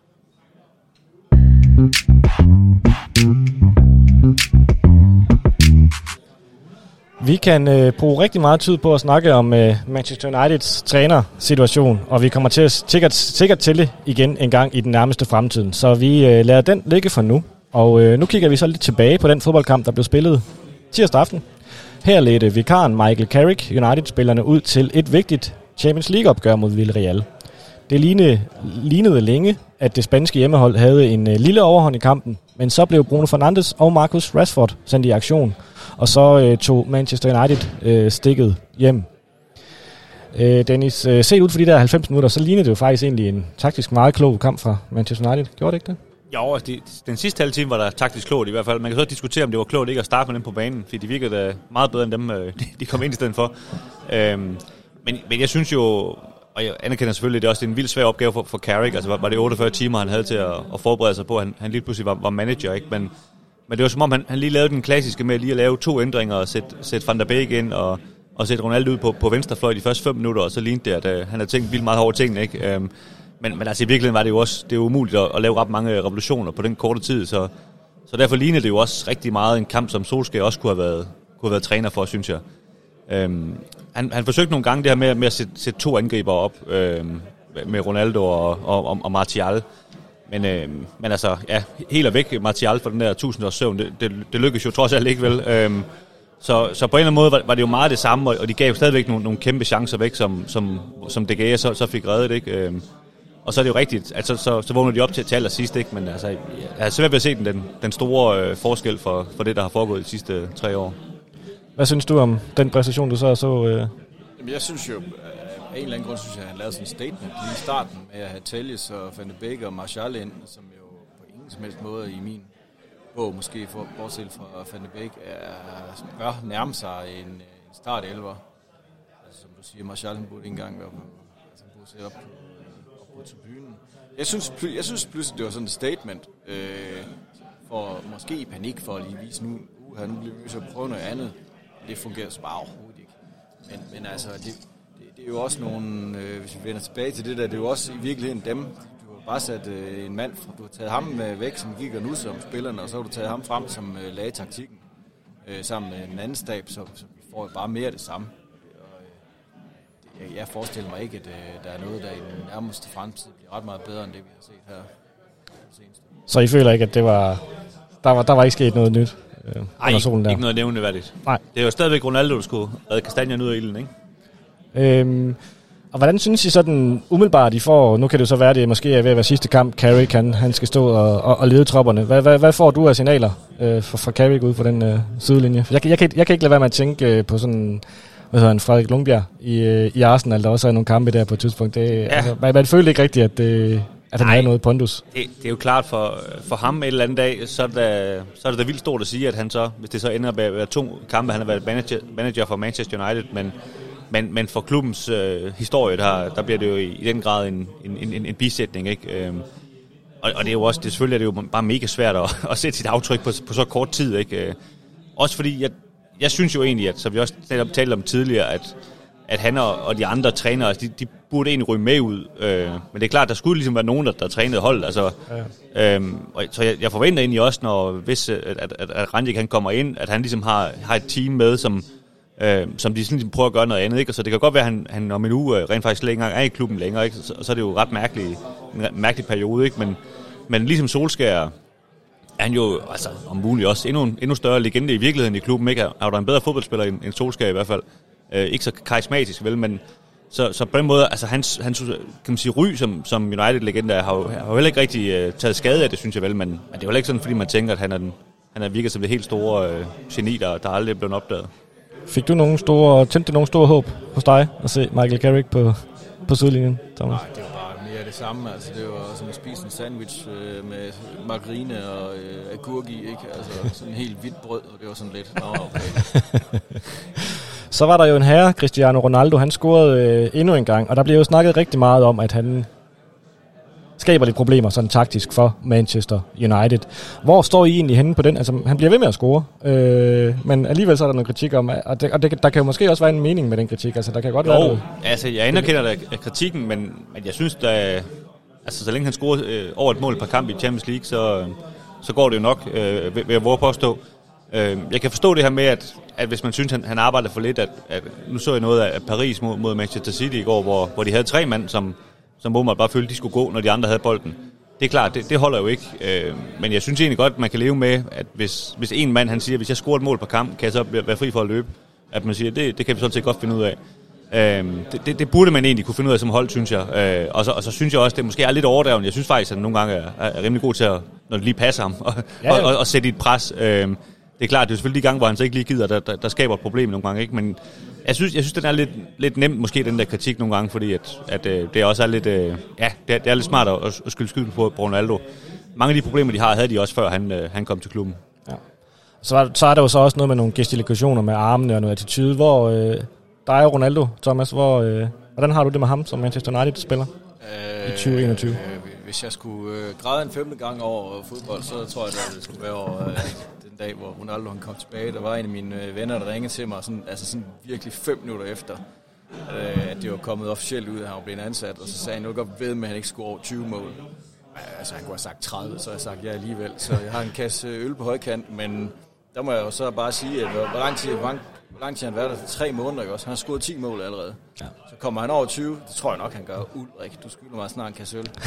S2: Vi kan bruge rigtig meget tid på at snakke om Manchester Uniteds trænersituation, og vi kommer til sikkert til det igen en gang i den nærmeste fremtid. Så vi lader den ligge for nu. Og nu kigger vi så lidt tilbage på den fodboldkamp, der blev spillet tirsdag aften. Her ledte vikaren Michael Carrick United-spillerne ud til et vigtigt Champions League-opgør mod Villarreal. Det lignede længe, at det spanske hjemmehold havde en lille overhånd i kampen, men så blev Bruno Fernandes og Marcus Rashford sendt i aktion, og så tog Manchester United stikket hjem. Dennis, set ud for de der 90 minutter, så lignede det jo faktisk egentlig en taktisk meget klog kamp fra Manchester United. Gjorde det ikke det?
S4: Jo, den sidste halve time var der taktisk klogt i hvert fald. Man kan så diskutere, om det var klogt ikke at starte med dem på banen, fordi de virkede meget bedre end dem, de kom ind i stedet for. Men jeg synes jo, og jeg anerkender selvfølgelig, det er også en vildt svær opgave for Carrick. Altså var det 48 timer, han havde til at forberede sig på, at han lige pludselig var manager, ikke? Men det var som om, han lige lavede den klassiske med lige at lave 2 ændringer og sætte Van der Beek ind og sætte Ronaldo ud på venstrefløj de første 5 minutter, og så lignede det, at han havde tænkt vildt meget over tingene, ikke? Men altså i virkeligheden var det jo også, det er umuligt at lave ret mange revolutioner på den korte tid, så derfor lignede det jo også rigtig meget en kamp, som Solskjaer også kunne have været træner for, synes jeg. Han forsøgte nogle gange det her med at sætte 2 angriber op, med Ronaldo og Martial. Men altså, ja, helt og væk Martial for den der 1000 års søvn, det lykkedes jo trods alt ikke vel. Så på en eller anden måde var det jo meget det samme, og de gav stadigvæk nogle kæmpe chancer væk, som De Gea så fik reddet, ikke? Og så er det jo rigtigt, at så vågner de op til allersidst, ikke? Men altså, jeg har svært ved at se den store forskel for det, der har foregået de sidste 3 år.
S2: Hvad synes du om den præstation, du så?
S3: Jamen, jeg synes jo, af en eller anden grund, synes jeg, at han lavede sådan en statement lige i starten med at have Telles og Van de Beek og Martial ind, som jo på ingen som helst måde i min bog, måske bortset fra Van de Beek, bør nærme sig en start-11'er. Altså, som du siger, Martial burde ikke engang være på, altså, han burde sætte op på tribunen. Jeg synes pludselig, det var sådan et statement, for måske i panik for at lige vise nu bliver vi så prøve noget andet. Det fungerer så bare overhovedet ikke. Men altså, det er jo også nogle, hvis vi vender tilbage til det der, det er jo også i virkeligheden dem. Du har bare sat en mand, du har taget ham væk, som gik nu som spillerne, og så har du taget ham frem, som lagde taktikken sammen med en anden stab, så vi får bare mere af det samme. Jeg forestiller mig ikke, at der er noget, der i den nærmeste fremtid bliver ret meget bedre, end det vi har set her senest.
S2: Så I føler ikke, at det var der var ikke sket noget nyt?
S4: Nej, ikke noget nævneværdigt.
S2: Nej.
S4: Det er jo stadigvæk Ronaldo, der skulle redde kastanjerne ud af ilden, ikke?
S2: Og hvordan synes I sådan umiddelbart, I får, nu kan det jo så være, det måske er ved at være sidste kamp, Carrick, han skal stå og lede tropperne. Hvad får du af signaler fra Carrick ude på den sidelinje? Jeg kan ikke lade være med at tænke på sådan, hvad hedder han, Frederik Lungbjerg i Arsenal, der også er nogle kampe der på et tidspunkt. Det, ja. Altså, man føler ikke rigtigt, at han har noget pondus.
S4: Det er jo klart for ham et eller andet dag, så er det da vildt stort at sige, at han så, hvis det så ender med at være 2 kampe, han har været manager for Manchester United, men for klubbens historie, der bliver det jo i den grad en bisætning, ikke? Og det er jo også, selvfølgelig er det jo bare mega svært at sætte sit aftryk på så kort tid, ikke? Også fordi, jeg synes jo egentlig, at, som vi også talte om tidligere, at han og de andre trænere, altså de burde egentlig ryge med ud. Men det er klart, der skulle ligesom være nogen, der trænede holdet. Altså, så jeg forventer egentlig også, hvis at Ranjik han kommer ind, at han ligesom har et team med, som de sådan prøver at gøre noget andet, ikke? Og så det kan godt være, at han om en uge rent faktisk slet ikke engang er i klubben længere, ikke? Så er det jo ret en mærkelig periode, ikke? Men ligesom Solskjaer er han jo, altså om muligt også endnu større legende i virkeligheden i klubben, ikke? Er der en bedre fodboldspiller end Solskjaer i hvert fald. Ikke så karismatisk, vel, men så på den måde, altså hans kan man sige, ry som United-legende har jo heller ikke rigtig taget skade af det, synes jeg vel, men det er jo heller ikke sådan, fordi man tænker, at han er virket som det helt store geni, der aldrig er blevet opdaget.
S2: Fik du tændte nogle store håb hos dig at se Michael Carrick på sidelinjen, Thomas?
S3: Nej, det var bare mere det samme. Altså, det var som at spise en sandwich med margarine og agurk i, ikke? Altså sådan helt hvidt brød, og det var sådan lidt, okay.
S2: Så var der jo en herre, Cristiano Ronaldo, han scorede endnu en gang, og der blev jo snakket rigtig meget om, at han skaber lidt problemer sådan taktisk for Manchester United. Hvor står I egentlig henne på den? Altså, han bliver ved med at score, men alligevel så er der noget kritik om, og der kan jo måske også være en mening med den kritik. Altså, der kan godt være noget.
S4: Altså, jeg anerkender da kritikken, men jeg synes, altså, så længe han scorer over et mål per kamp i Champions League, så går det jo nok, ved at våge påstå. Jeg kan forstå det her med, at hvis man synes, han arbejder for lidt, at nu så jeg noget af Paris mod Manchester City i går, hvor de havde 3 mand, som åbenbart bare følte, de skulle gå, når de andre havde bolden. Det er klart, det holder jo ikke. Men jeg synes egentlig godt, at man kan leve med, at hvis en mand han siger, hvis jeg scorer et mål per kamp, kan jeg så være fri for at løbe. At man siger, det kan vi sådan set godt finde ud af. Det burde man egentlig kunne finde ud af som hold, synes jeg. Og så synes jeg også, det måske er lidt overdrevet. Jeg synes faktisk, at han nogle gange er rimelig god til, at, når det lige passer ham, og sætte i et pres. Det er klart, det er selvfølgelig de gange, hvor han så ikke lige gider, der skaber et problem nogle gange. Ikke? Men jeg synes, den er lidt nemt, måske den der kritik nogle gange, fordi at det også er lidt, det er lidt smart at skylde skylden på Ronaldo. Mange af de problemer, de havde de også før han kom til klubben. Ja.
S2: Så er der jo så også noget med nogle gestikulationer med armene og noget attitude. Hvor dig og Ronaldo, Thomas, hvordan har du det med ham som Manchester United-spiller i 2021?
S3: Hvis jeg skulle græde en 5. gang over fodbold, så tror jeg, at det skulle være over den dag, hvor Ronaldo han kom tilbage. Der var en af mine venner, der ringede til mig, sådan virkelig 5 minutter efter, at det var kommet officielt ud, at han var blevet ansat. Og så sagde han, at jeg godt ved med, at han ikke skulle over 20 mål. Altså, han kunne have sagt 30, så jeg sagt ja alligevel. Så jeg har en kasse øl på højkant, men der må jeg jo så bare sige, at hvor lang tid han har været der? 3 måneder, ikke også? Han har scoret 10 mål allerede. Ja. Så kommer han over 20, det tror jeg nok, han gør. Ulrik, du skylder mig snart en kasse øl.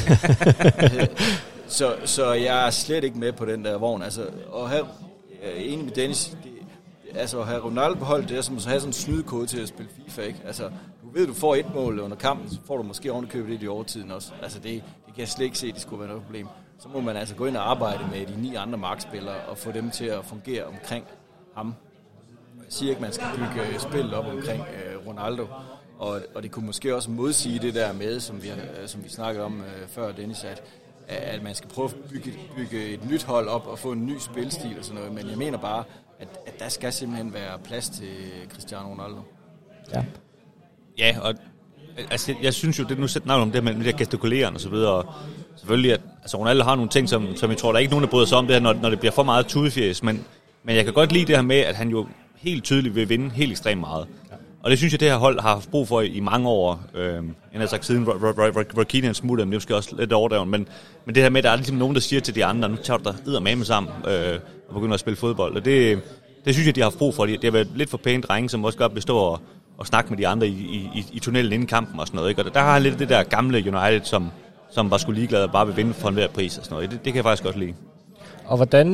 S3: så jeg er slet ikke med på den der vogn. Altså, og her enig med Dennis, at have Ronaldo på hold, det er som at have sådan en snydekode til at spille FIFA, ikke? Altså, du ved, du får 1 mål under kampen, så får du måske ovenikøbet det i overtiden også. Altså, det kan jeg slet ikke se, det skulle være noget problem. Så må man altså gå ind og arbejde med de 9 andre markspillere og få dem til at fungere omkring ham. Jeg siger ikke, man skal bygge spillet op omkring Ronaldo, og det kunne måske også modsige det der med, som vi snakkede om før, Dennis, at man skal prøve at bygge et nyt hold op og få en ny spilstil og sådan noget, men jeg mener bare, at der skal simpelthen være plads til Cristiano Ronaldo.
S4: Ja, og altså, jeg synes jo, det nu sætter navn om det med det der gestikuleren og så videre, og selvfølgelig, at altså, Ronaldo har nogle ting, som jeg tror, der er ikke nogen, der bryder sig om det her, når det bliver for meget tudefjæs, men jeg kan godt lide det her med, at han jo helt tydeligt vil vinde helt ekstremt meget. Ja. Og det synes jeg, det her hold har haft brug for i mange år. Jeg har sagt siden Rakitic smutter, men det er måske også lidt overdrevet. Men det her med, at der er ligesom nogen, der siger til de andre, nu tager du dig eddermame sammen og begynder at spille fodbold. Og det synes jeg, de har haft brug for. Det har været lidt for pæne drenge, som også godt vil stå og snakke med de andre i tunnelen inden kampen og sådan noget. Ikke? Og der har lidt det der gamle United, som var sgu ligeglade og bare vil vinde for enhver pris og sådan noget. Det kan jeg faktisk godt lide. Og
S2: hvordan,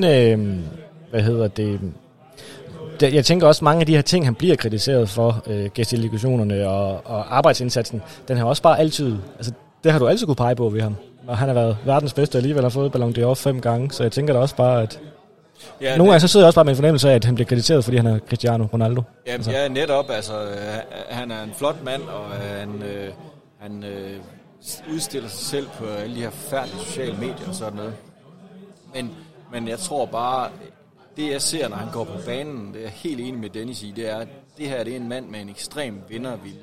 S2: jeg tænker også, mange af de her ting, han bliver kritiseret for, gestikulationerne og arbejdsindsatsen, den har også bare altid, altså det har du altid kunne pege på ved ham. Og han har været verdens bedste, alligevel har fået Ballon d'Or 5 gange, så jeg tænker da også bare, at nogle gange så sidder jeg også bare med en fornemmelse af, at han bliver kritiseret, fordi han er Cristiano Ronaldo.
S3: Ja, netop, altså han er en flot mand, og han udstiller sig selv på alle de her forfærdelige sociale medier og sådan noget. Men jeg tror bare, det jeg ser, når han går på banen, det er jeg helt enig med Dennis i, det er, at det her det er en mand med en ekstrem vindervilje.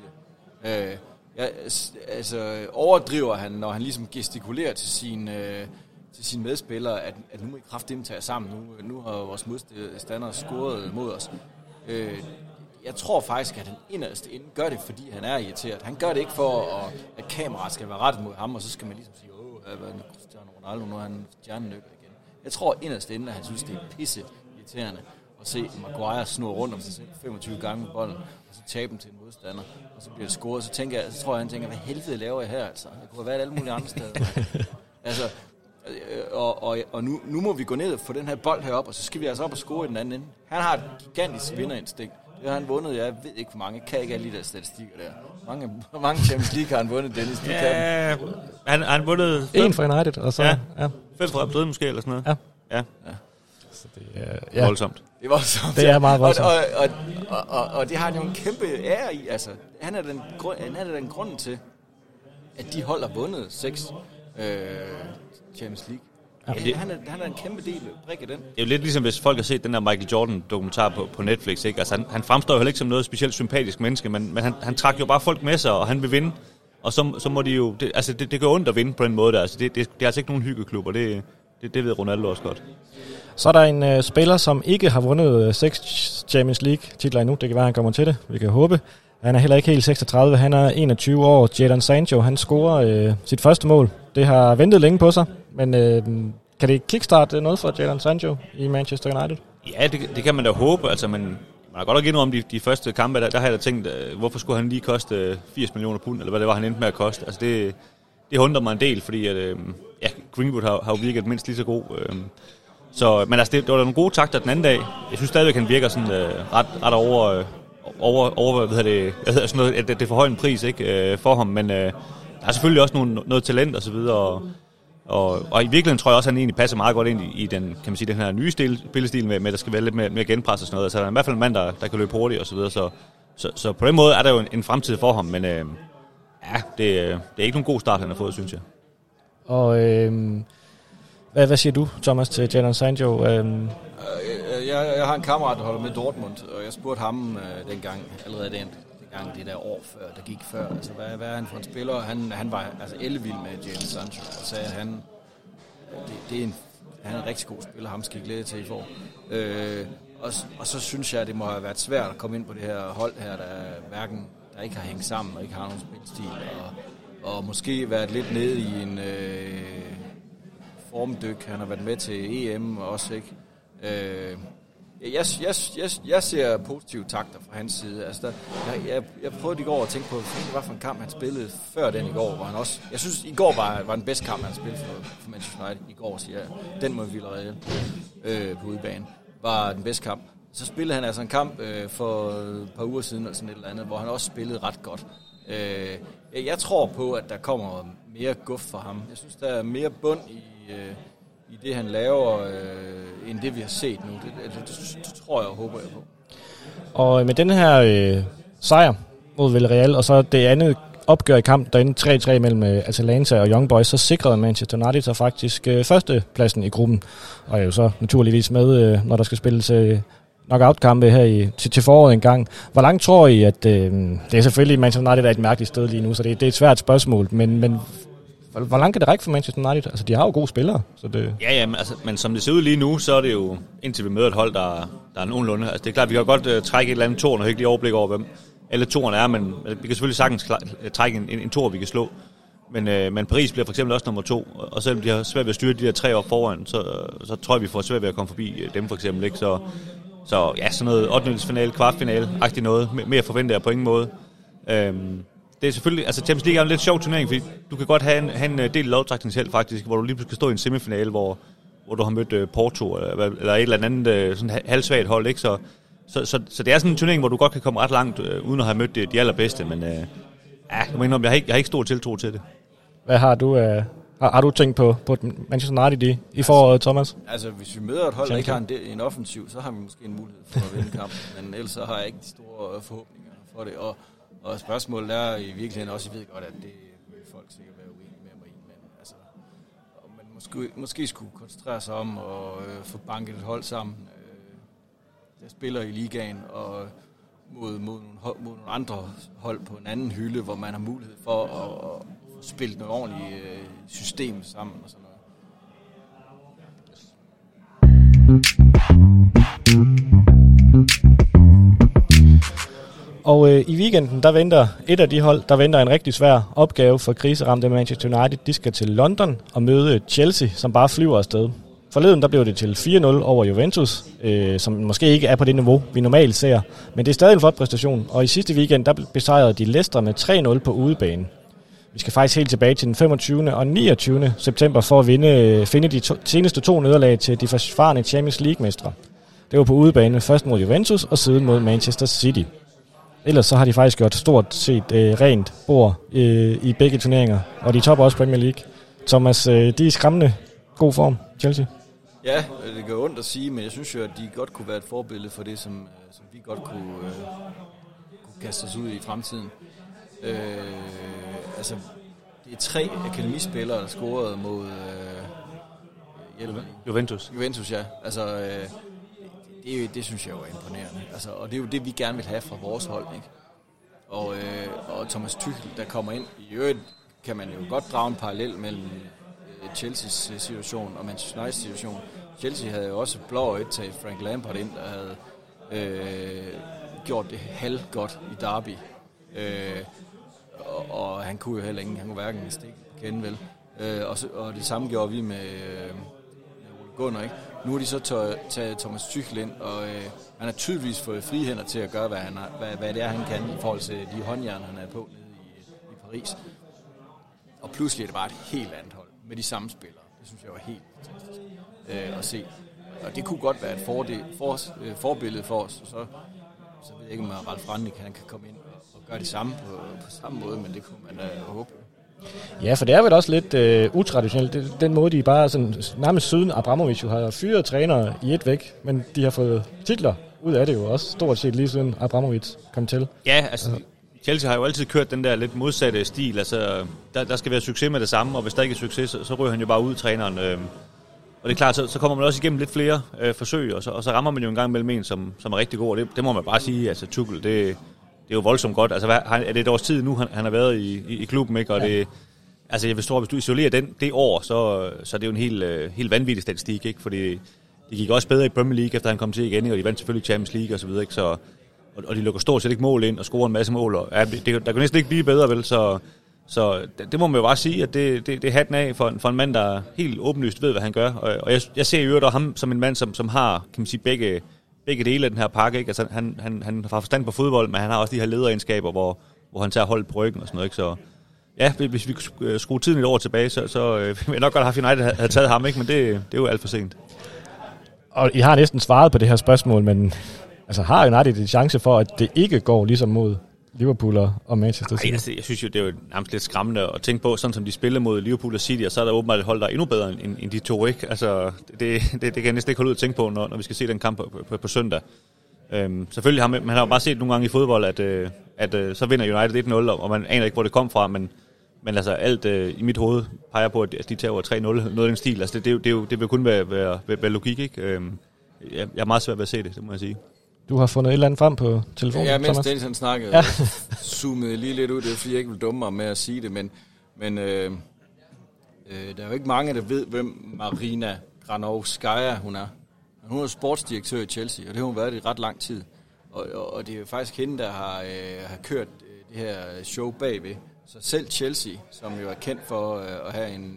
S3: Overdriver han, når han ligesom gestikulerer til sine medspillere, at nu må I kraftedeme tage sammen, nu har vores modstandere scoret mod os. Jeg tror faktisk, at han inderst inde gør det, fordi han er irriteret. Han gør det ikke for, at kameraet skal være rettet mod ham, og så skal man ligesom sige, Cristiano Ronaldo, nu er han stjernenykker igen. Jeg tror inderst inde, at han synes, det er pisse irriterende at se Maguire snurre rundt om sig selv 25 gange med bolden, og så tabe den til en modstander, og så bliver det scoret. Så tror jeg, han tænker, hvad helvede laver jeg her, altså? Jeg kunne have været alle mulige andre steder. Altså, og nu må vi gå ned og få den her bold herop, og så skal vi altså op og score i den anden ende. Han har et gigantisk vinderinstinkt. Det har han vundet, jeg ved ikke hvor mange. Jeg kan ikke alle de der statistikker der. Mange Champions League har han vundet, Dennis.
S4: Ja, han har vundet
S2: 1 for United, og så
S4: 5 for Madrid måske, eller sådan noget. Ja.
S2: Så det er
S4: voldsomt.
S3: Det er voldsomt.
S2: Det er meget voldsomt.
S3: Og det har han jo en kæmpe ære i. Altså, han er den grunden til, at de hold har vundet 6 Champions League. Ja, han er en kæmpe del brik i den. Det
S4: er jo lidt ligesom, hvis folk har set den der Michael Jordan-dokumentar på Netflix. Ikke? Altså, han fremstår jo heller ikke som noget specielt sympatisk menneske, men han trak jo bare folk med sig, og han vil vinde. Og så må de jo... Det går ondt at vinde på den måde der. Altså, det er altså ikke nogen hyggeklub, og det ved Ronaldo også godt.
S2: Så er der en spiller, som ikke har vundet 6 Champions League-titler endnu. Det kan være, han kommer til det. Vi kan håbe. Han er heller ikke helt 36. Han er 21 år. Jadon Sancho, han scorer sit første mål. Det har ventet længe på sig, men kan det kickstarte noget for Jadon Sancho i Manchester United?
S4: Ja, det kan man da håbe. Altså, man har godt nok indrømme de første kampe, der har jeg da tænkt, hvorfor skulle han lige koste 80 millioner pund, eller hvad det var, han endte med at koste. Altså, det undrer mig en del, fordi at, Greenwood har jo virket mindst lige så god. Men altså, det var nogle gode takter den anden dag. Jeg synes stadigvæk, han virker sådan ret at det er for høj en pris, ikke, for ham, men der er selvfølgelig også noget talent og så videre, og i virkeligheden tror jeg også, at han egentlig passer meget godt ind i den, kan man sige, den her nye spillestil med der skal være lidt mere genpres og sådan noget. Så der er i hvert fald en mand, der kan løbe hurtigt og så videre. Så på den måde er der jo en fremtid for ham, men det er ikke nogen god start, han har fået, synes jeg.
S2: Og hvad siger du, Thomas, til Jadon Sancho?
S3: Jeg har en kammerat, der holder med Dortmund, og jeg spurgte ham allerede dengang det der år før, der gik før. Altså, hvad er han for en spiller? Han var altså ellevild med Jadon Sancho, og sagde, at han er en rigtig god spiller, ham skal I glæde til, I får. Og så synes jeg, at det må have været svært at komme ind på det her hold her, der ikke har hængt sammen og ikke har nogen spilstil, og måske været lidt nede i en formdyk. Han har været med til EM også, ikke? Jeg ser positive takter fra hans side. Altså jeg prøvede i går at tænke på, hvad for en kamp han spillede før den i går, hvor han også... Jeg synes, i går var den bedste kamp, han spillede for Manchester United. I går, siger jeg. Den mod Villarreal på udebane var den bedste kamp. Så spillede han altså en kamp for et par uger siden, eller sådan et eller andet, hvor han også spillede ret godt. Jeg tror på, at der kommer mere guf for ham. Jeg synes, der er mere bund i det, han laver, end det, vi har set nu. Det tror jeg og håber jeg på. Og
S2: med den her sejr mod Villarreal, og så det andet opgør i kamp, der endte 3-3 mellem Atalanta og Young Boys, så sikrede Manchester United sig faktisk førstepladsen i gruppen, og er jo så naturligvis med, når der skal spilles knockout-kampe her til foråret en gang. Hvor langt tror I, at det er selvfølgelig, Manchester United er et mærkeligt sted lige nu, så det er et svært spørgsmål, men hvor langt kan det række for Manchester United? Altså, de har jo gode spillere. Så det... Ja,
S4: men som det ser ud lige nu, så er det jo, indtil vi møder et hold, der er nogenlunde. Altså, det er klart, vi kan godt trække et eller andet tårn og ikke lige overblik over, hvem alle toerne er, men vi kan selvfølgelig sagtens trække en tor, vi kan slå. Men Paris bliver for eksempel også nummer 2, og selvom de har svært ved at styre de der 3 år foran, så tror jeg, vi får svært ved at komme forbi dem for eksempel, ikke? Så ja, sådan noget 8-finale, kvartfinale-agtigt noget, mere forventer jeg på ingen måde. Det er selvfølgelig, altså Champions League er en lidt sjov turnering, fordi du kan godt have en del lovtrækningsheld faktisk, hvor du lige pludselig skal stå i en semifinale, hvor du har mødt Porto eller et eller andet sådan halvsvagt hold, ikke? Så det er sådan en turnering, hvor du godt kan komme ret langt uden at have mødt de allerbedste, men jeg har ikke stor tiltro til det.
S2: Hvad har du? Har du tænkt på Manchester United i foråret, Thomas?
S3: Altså, hvis vi møder et hold, der ikke har en offensiv, så har vi måske en mulighed for at vinde kampen, men ellers så har jeg ikke de store forhåbninger for det. Og spørgsmålet er i virkeligheden også, jeg ved godt, at det vil folk sikkert være uenige med mig i, men altså, man måske skulle koncentrere sig om at få banket et hold sammen, der spiller i ligaen, og mod nogle andre hold på en anden hylde, hvor man har mulighed for at spille noget ordentligt system sammen og sådan noget.
S2: Og i weekenden, der venter et af de hold, der venter en rigtig svær opgave for kriseramte Manchester United. De skal til London og møde Chelsea, som bare flyver afsted. Forleden der blev det til 4-0 over Juventus, som måske ikke er på det niveau, vi normalt ser. Men det er stadig en flot præstation, og i sidste weekend der besejrede de Leicester med 3-0 på udebane. Vi skal faktisk helt tilbage til den 25. og 29. september for at finde de seneste 2 nederlag til de forsvarende Champions League-mestre. Det var på udebane først mod Juventus og siden mod Manchester City. Ellers så har de faktisk gjort stort set rent bord i begge turneringer, og de topper også Premier League. Thomas, de er i skræmmende god form, Chelsea.
S3: Ja, det gør ondt at sige, men jeg synes jo, at de godt kunne være et forbillede for det, som vi godt kunne kaste os ud i fremtiden. Altså, det er 3 akademispillere, der scorede mod
S4: Juventus,
S3: ja. Altså, det synes jeg jo er imponerende. Altså, og det er jo det, vi gerne vil have fra vores hold, ikke? Og Thomas Tuchel, der kommer ind. I øvrigt kan man jo godt drage en parallel mellem Chelseas situation og Manchester Uniteds situation. Chelsea havde jo også blå taget Frank Lampard ind, der havde gjort det halvgodt i Derby. Og han kunne jo heller ikke, han kunne hverken stikke kende vel. Og det samme gjorde vi med Ole Gunnar, ikke? Nu har de så taget Thomas Tuchel ind, og han har tydeligvis fået frihænder til at gøre, hvad det er, han kan i forhold til de håndjern, han er på nede i Paris. Og pludselig er det bare et helt andet hold med de samme spillere. Det synes jeg var helt fantastisk at se. Og det kunne godt være et forbillede for os. Og så så ved jeg ikke, om Ralf Rangnick kan komme ind og gøre det samme på samme måde, men det kunne man da håbe.
S2: Ja, for det er vel også lidt utraditionelt. Den måde, de bare sådan, nærmest siden Abramovich har fyret trænere i et væk, men de har fået titler ud af det jo også, stort set lige siden Abramovich kom til.
S4: Ja, altså Chelsea har jo altid kørt den der lidt modsatte stil. Altså, der skal være succes med det samme, og hvis der ikke er succes, så ryger han jo bare ud, træneren. Og det er klart, så kommer man også igennem lidt flere forsøg, og så rammer man jo en gang mellem en, som er rigtig god. Og det må man bare sige, altså Tuchel, det er jo voldsomt godt. Altså, er det et års tid nu, han har været i klubben, ikke? Og ja. Det, altså, jeg forstår, hvis du isolerer det år, så er det jo en helt vanvittig statistik, ikke? Fordi det gik også bedre i Premier League, efter han kom til igen, og de vandt selvfølgelig Champions League og så videre, ikke? Og de lukker stort set ikke mål ind og scorer en masse mål. Og, ja, der kan næsten ikke blive bedre, vel? Så det må man jo bare sige, at det er hatten af for en mand, der helt åbenlyst ved, hvad han gør. Og jeg ser jo ham som en mand, som har, kan man sige, begge dele af den her pakke, ikke? Altså, han har forstand på fodbold, men han har også de her lederegenskaber, hvor han tager hold på ryggen og sådan noget, ikke? Så ja, hvis vi kunne skrue tiden et år tilbage, så vil jeg nok godt have United havde taget ham, ikke? Men det er jo alt for sent.
S2: Og I har næsten svaret på det her spørgsmål, men altså, har United en chance for, at det ikke går ligesom mod Liverpool og Manchester City?
S4: Altså, jeg synes jo, det er jo nærmest lidt skræmmende at tænke på, sådan som de spiller mod Liverpool og City, og så er der åbenbart et hold, der er endnu bedre end de to, ikke? Altså, det kan jeg næsten ikke holde ud at tænke på, når vi skal se den kamp på søndag. Selvfølgelig man har jo bare set nogle gange i fodbold, at så vinder United 1-0, og man aner ikke, hvor det kom fra, men altså alt i mit hoved peger på, at de tager over 3-0, noget af den stil. Altså, det vil kun være logik, ikke? Jeg er meget svært ved at se det må jeg sige.
S2: Du har fundet et eller andet frem på telefonen,
S3: Ja, mens Dennis han snakkede, zoomede lige lidt ud. Det er fordi, jeg ikke vil dumme mig med at sige det, men der er jo ikke mange, der ved, hvem Marina Granovskaya hun er. Hun er sportsdirektør i Chelsea, og det har hun været i ret lang tid. Og det er jo faktisk hende, der har kørt det her show bagved. Så selv Chelsea, som jo er kendt for at have en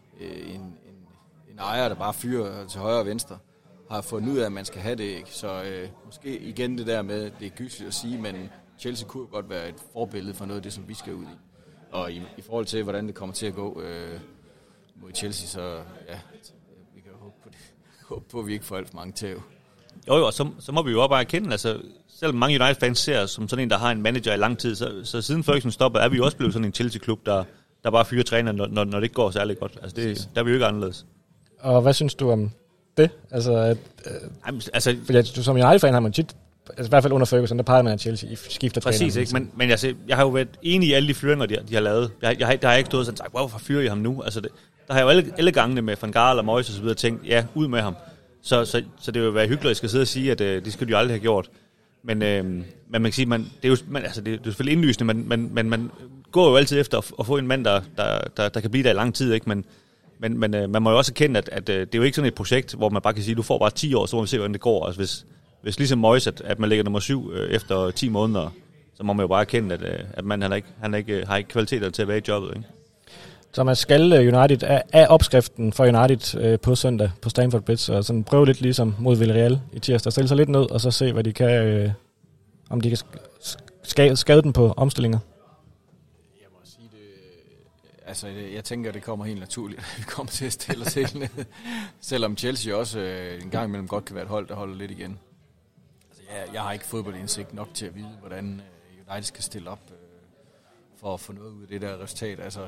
S3: ejer, der bare fyrer til højre og venstre, har fundet ud af, at man skal have det, ikke? Så måske igen det der med, det er gysligt at sige, men Chelsea kunne godt være et forbillede for noget af det, som vi skal ud i. Og i forhold til, hvordan det kommer til at gå mod Chelsea, så ja, vi kan håbe på, at vi ikke får alt for mange tæv.
S4: Jo, så må vi jo også bare erkende, altså selvom mange United-fans ser som sådan en, der har en manager i lang tid, så siden Ferguson stoppede, er vi jo også blevet sådan en Chelsea-klub, der bare fyrer træneren, når det ikke går særlig godt. Altså der er vi jo ikke anderledes. Og
S2: hvad synes du om det? Altså, fordi du som United-fan har man tit, altså i hvert fald under Ferguson, der peger man, at Chelsea skifter træner.
S4: Præcis, ikke? Men jeg har jo været enig i alle de fyringer, de har lavet. Der har jeg ikke stået og sagt, hvorfor fyrer I ham nu? Altså, der har jeg jo alle gangene med Van Gaal og Moyes og så videre tænkt, ja, ud med ham. Så det vil jo være hyggeligt, at jeg skal sidde og sige, at det skulle de jo aldrig have gjort. Men man kan sige, det er jo selvfølgelig indlysende, men man går jo altid efter at få en mand, der kan blive der i lang tid, ikke? Men man må jo også erkende, at det er jo ikke sådan et projekt, hvor man bare kan sige, du får bare 10 år, så må vi se, hvordan det går. Altså hvis ligesom Moyes, at man ligger nummer 7 efter 10 måneder, så må man jo bare erkende, at han ikke har kvaliteter til at være i jobbet, ikke?
S2: Thomas, skal United er opskriften for United på søndag på Stamford Bridge, og sådan prøve lidt ligesom mod Villarreal i tirsdag, stille sig lidt ned, og så se, hvad de kan, om de kan skade den på omstillinger.
S3: Jeg må sige det, altså jeg tænker, det kommer helt naturligt, at vi kommer til at stille os helt ned, selvom Chelsea også en gang imellem godt kan være et hold, der holder lidt igen. Altså, jeg har ikke fodboldindsigt nok til at vide, hvordan United skal stille op for at få noget ud af det der resultat, altså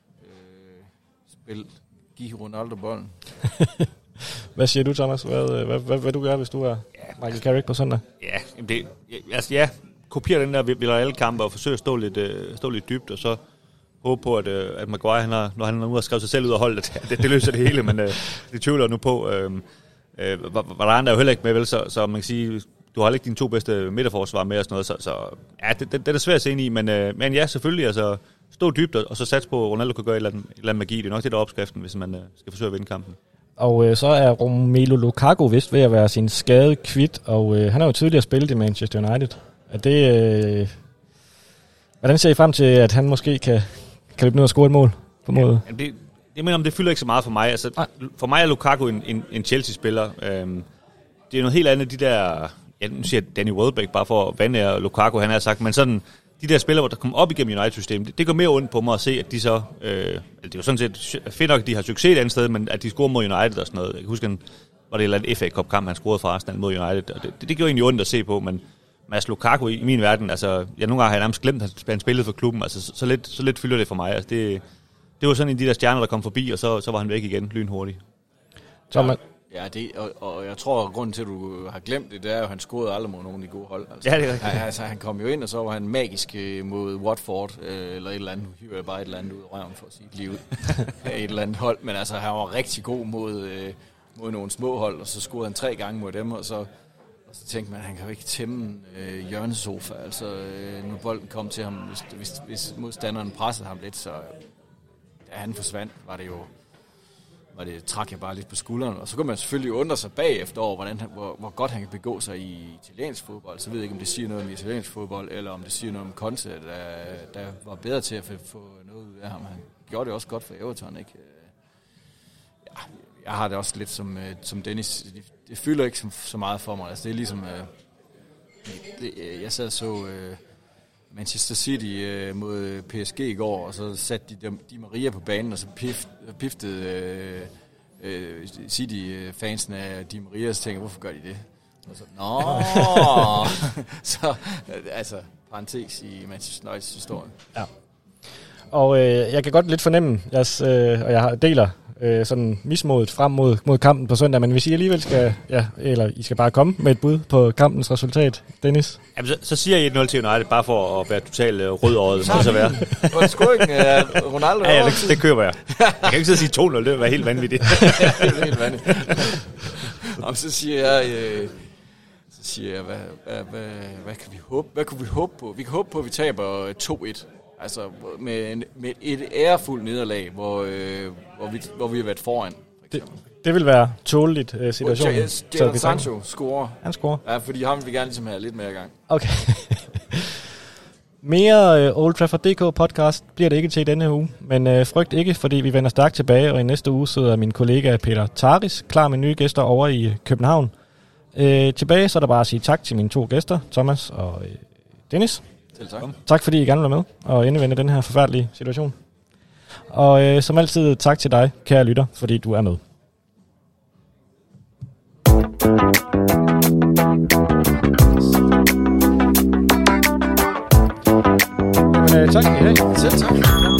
S3: give Ronaldo bolden.
S2: Hvad siger du, Thomas? Hvad du gør, hvis du er Michael Carrick på søndag?
S4: Ja, kopiere den der Villarreal-kamp og forsøge at stå lidt dybt, og så håbe på, at Maguire, når han er ude og skrive sig selv ud af holdet, det løser det hele, men det tvivler nu på. Varane er jo heller ikke med, vel, så man kan sige, du har ikke dine 2 bedste midterforsvar med og sådan noget, så ja, det er svært at se ind i, men ja, selvfølgelig, altså stå dybt, og så satse på, at Ronaldo kan gøre et eller andet magi. Det er nok det, der er opskriften, hvis man skal forsøge at vinde kampen. Og
S2: så er Romelu Lukaku vist ved at være sin skade kvit, og han har jo tidligere spillet i Manchester United. Er det, hvordan ser I frem til, at han måske kan løbe ned og score et mål på måde?
S4: Ja, jeg mener, det fylder ikke så meget for mig. Altså, for mig er Lukaku en Chelsea-spiller. Det er noget helt andet, de der... nu siger Danny Welbeck bare for at vandære Lukaku, han har sagt, men sådan... De der spillere, der kommer op igennem United-systemet, det går mere ondt på mig at se, at de så... det er jo sådan set fedt nok, at de har succes et andet sted, men at de scorer mod United og sådan noget. Jeg kan huske, var det en FA Cup-kamp, han scorede fra Arsenal mod United, og det gjorde egentlig ondt at se på, men Mads Lukaku i min verden. Altså, nogle gange har jeg nærmest glemt, at han spillede for klubben. Altså, så lidt fylder det for mig. Altså, det var sådan en af de der stjerner, der kom forbi, og så var han væk igen lynhurtigt.
S3: Ja, og jeg tror, at grunden til, at du har glemt det, det er jo, at han scorede aldrig mod nogen i gode hold. Altså,
S4: ja, det er rigtigt.
S3: Altså, han kom jo ind, og så var han magisk mod Watford, eller et eller andet. Nu hiver jeg bare et eller andet ud af røven for at sige det lige ud. Et eller andet hold, men altså, han var rigtig god mod nogle små hold, og så scorede han 3 gange mod dem, og så tænkte man, at han kan jo ikke tæmme hjørnesofa. Altså, når bolden kom til ham, hvis modstanderen pressede ham lidt, så da han forsvandt, trak jeg bare lidt på skulderen. Og så kunne man selvfølgelig undre sig bagefter over, hvor godt han kan begå sig i italiensk fodbold. Så ved jeg ikke, om det siger noget om italiensk fodbold, eller om det siger noget om Conte, der var bedre til at få noget ud af ham. Han gjorde det også godt for Everton, ikke? Ja, jeg har det også lidt som Dennis. Det fylder ikke så meget for mig. Altså, det er ligesom... jeg sad og så Manchester City mod PSG i går, og så satte de Maria på banen, og så piftede City-fansene af Di Maria, og så tænkte, hvorfor gør de det? Og så, så altså, parentes i Manchester Uniteds historie. Ja.
S2: Og jeg kan godt lidt fornemme, og jeg deler sådan mismodet frem mod kampen på søndag, men hvis I alligevel skal, eller I skal bare komme med et bud på kampens resultat, Dennis?
S4: Jamen, så siger jeg 1-0 til United, bare for at være totalt rødåret, så så være.
S3: Var det scoringen af Ronaldo?
S4: Ja, det køber jeg. Jeg kan ikke så sige 2-0, det vil være helt vanvittigt.
S3: Ja, det er helt vanvittigt. Og så siger jeg, hvad kan vi håbe? Hvad kunne vi håbe på? Vi kan håbe på, at vi taber 2-1. Altså med et ærefuldt nederlag, hvor vi har været foran.
S2: Det vil være tåleligt situation.
S3: Jadon Sancho scorer.
S2: Han scorer.
S3: Ja, fordi ham vil vi gerne ligesom have lidt mere gang.
S2: Okay. Mere Old Trafford DK podcast bliver det ikke til i denne uge, men frygt ikke, fordi vi vender stærkt tilbage, og i næste uge sidder min kollega Peter Taris klar med nye gæster over i København. Tilbage så er der bare at sige tak til mine 2 gæster, Thomas og Dennis.
S3: Tak.
S2: Tak fordi I gerne vil være med og indvende den her forfærdelige situation. Og som altid tak til dig, kære lytter, fordi du er med. Tak skal I have.
S3: Selv tak.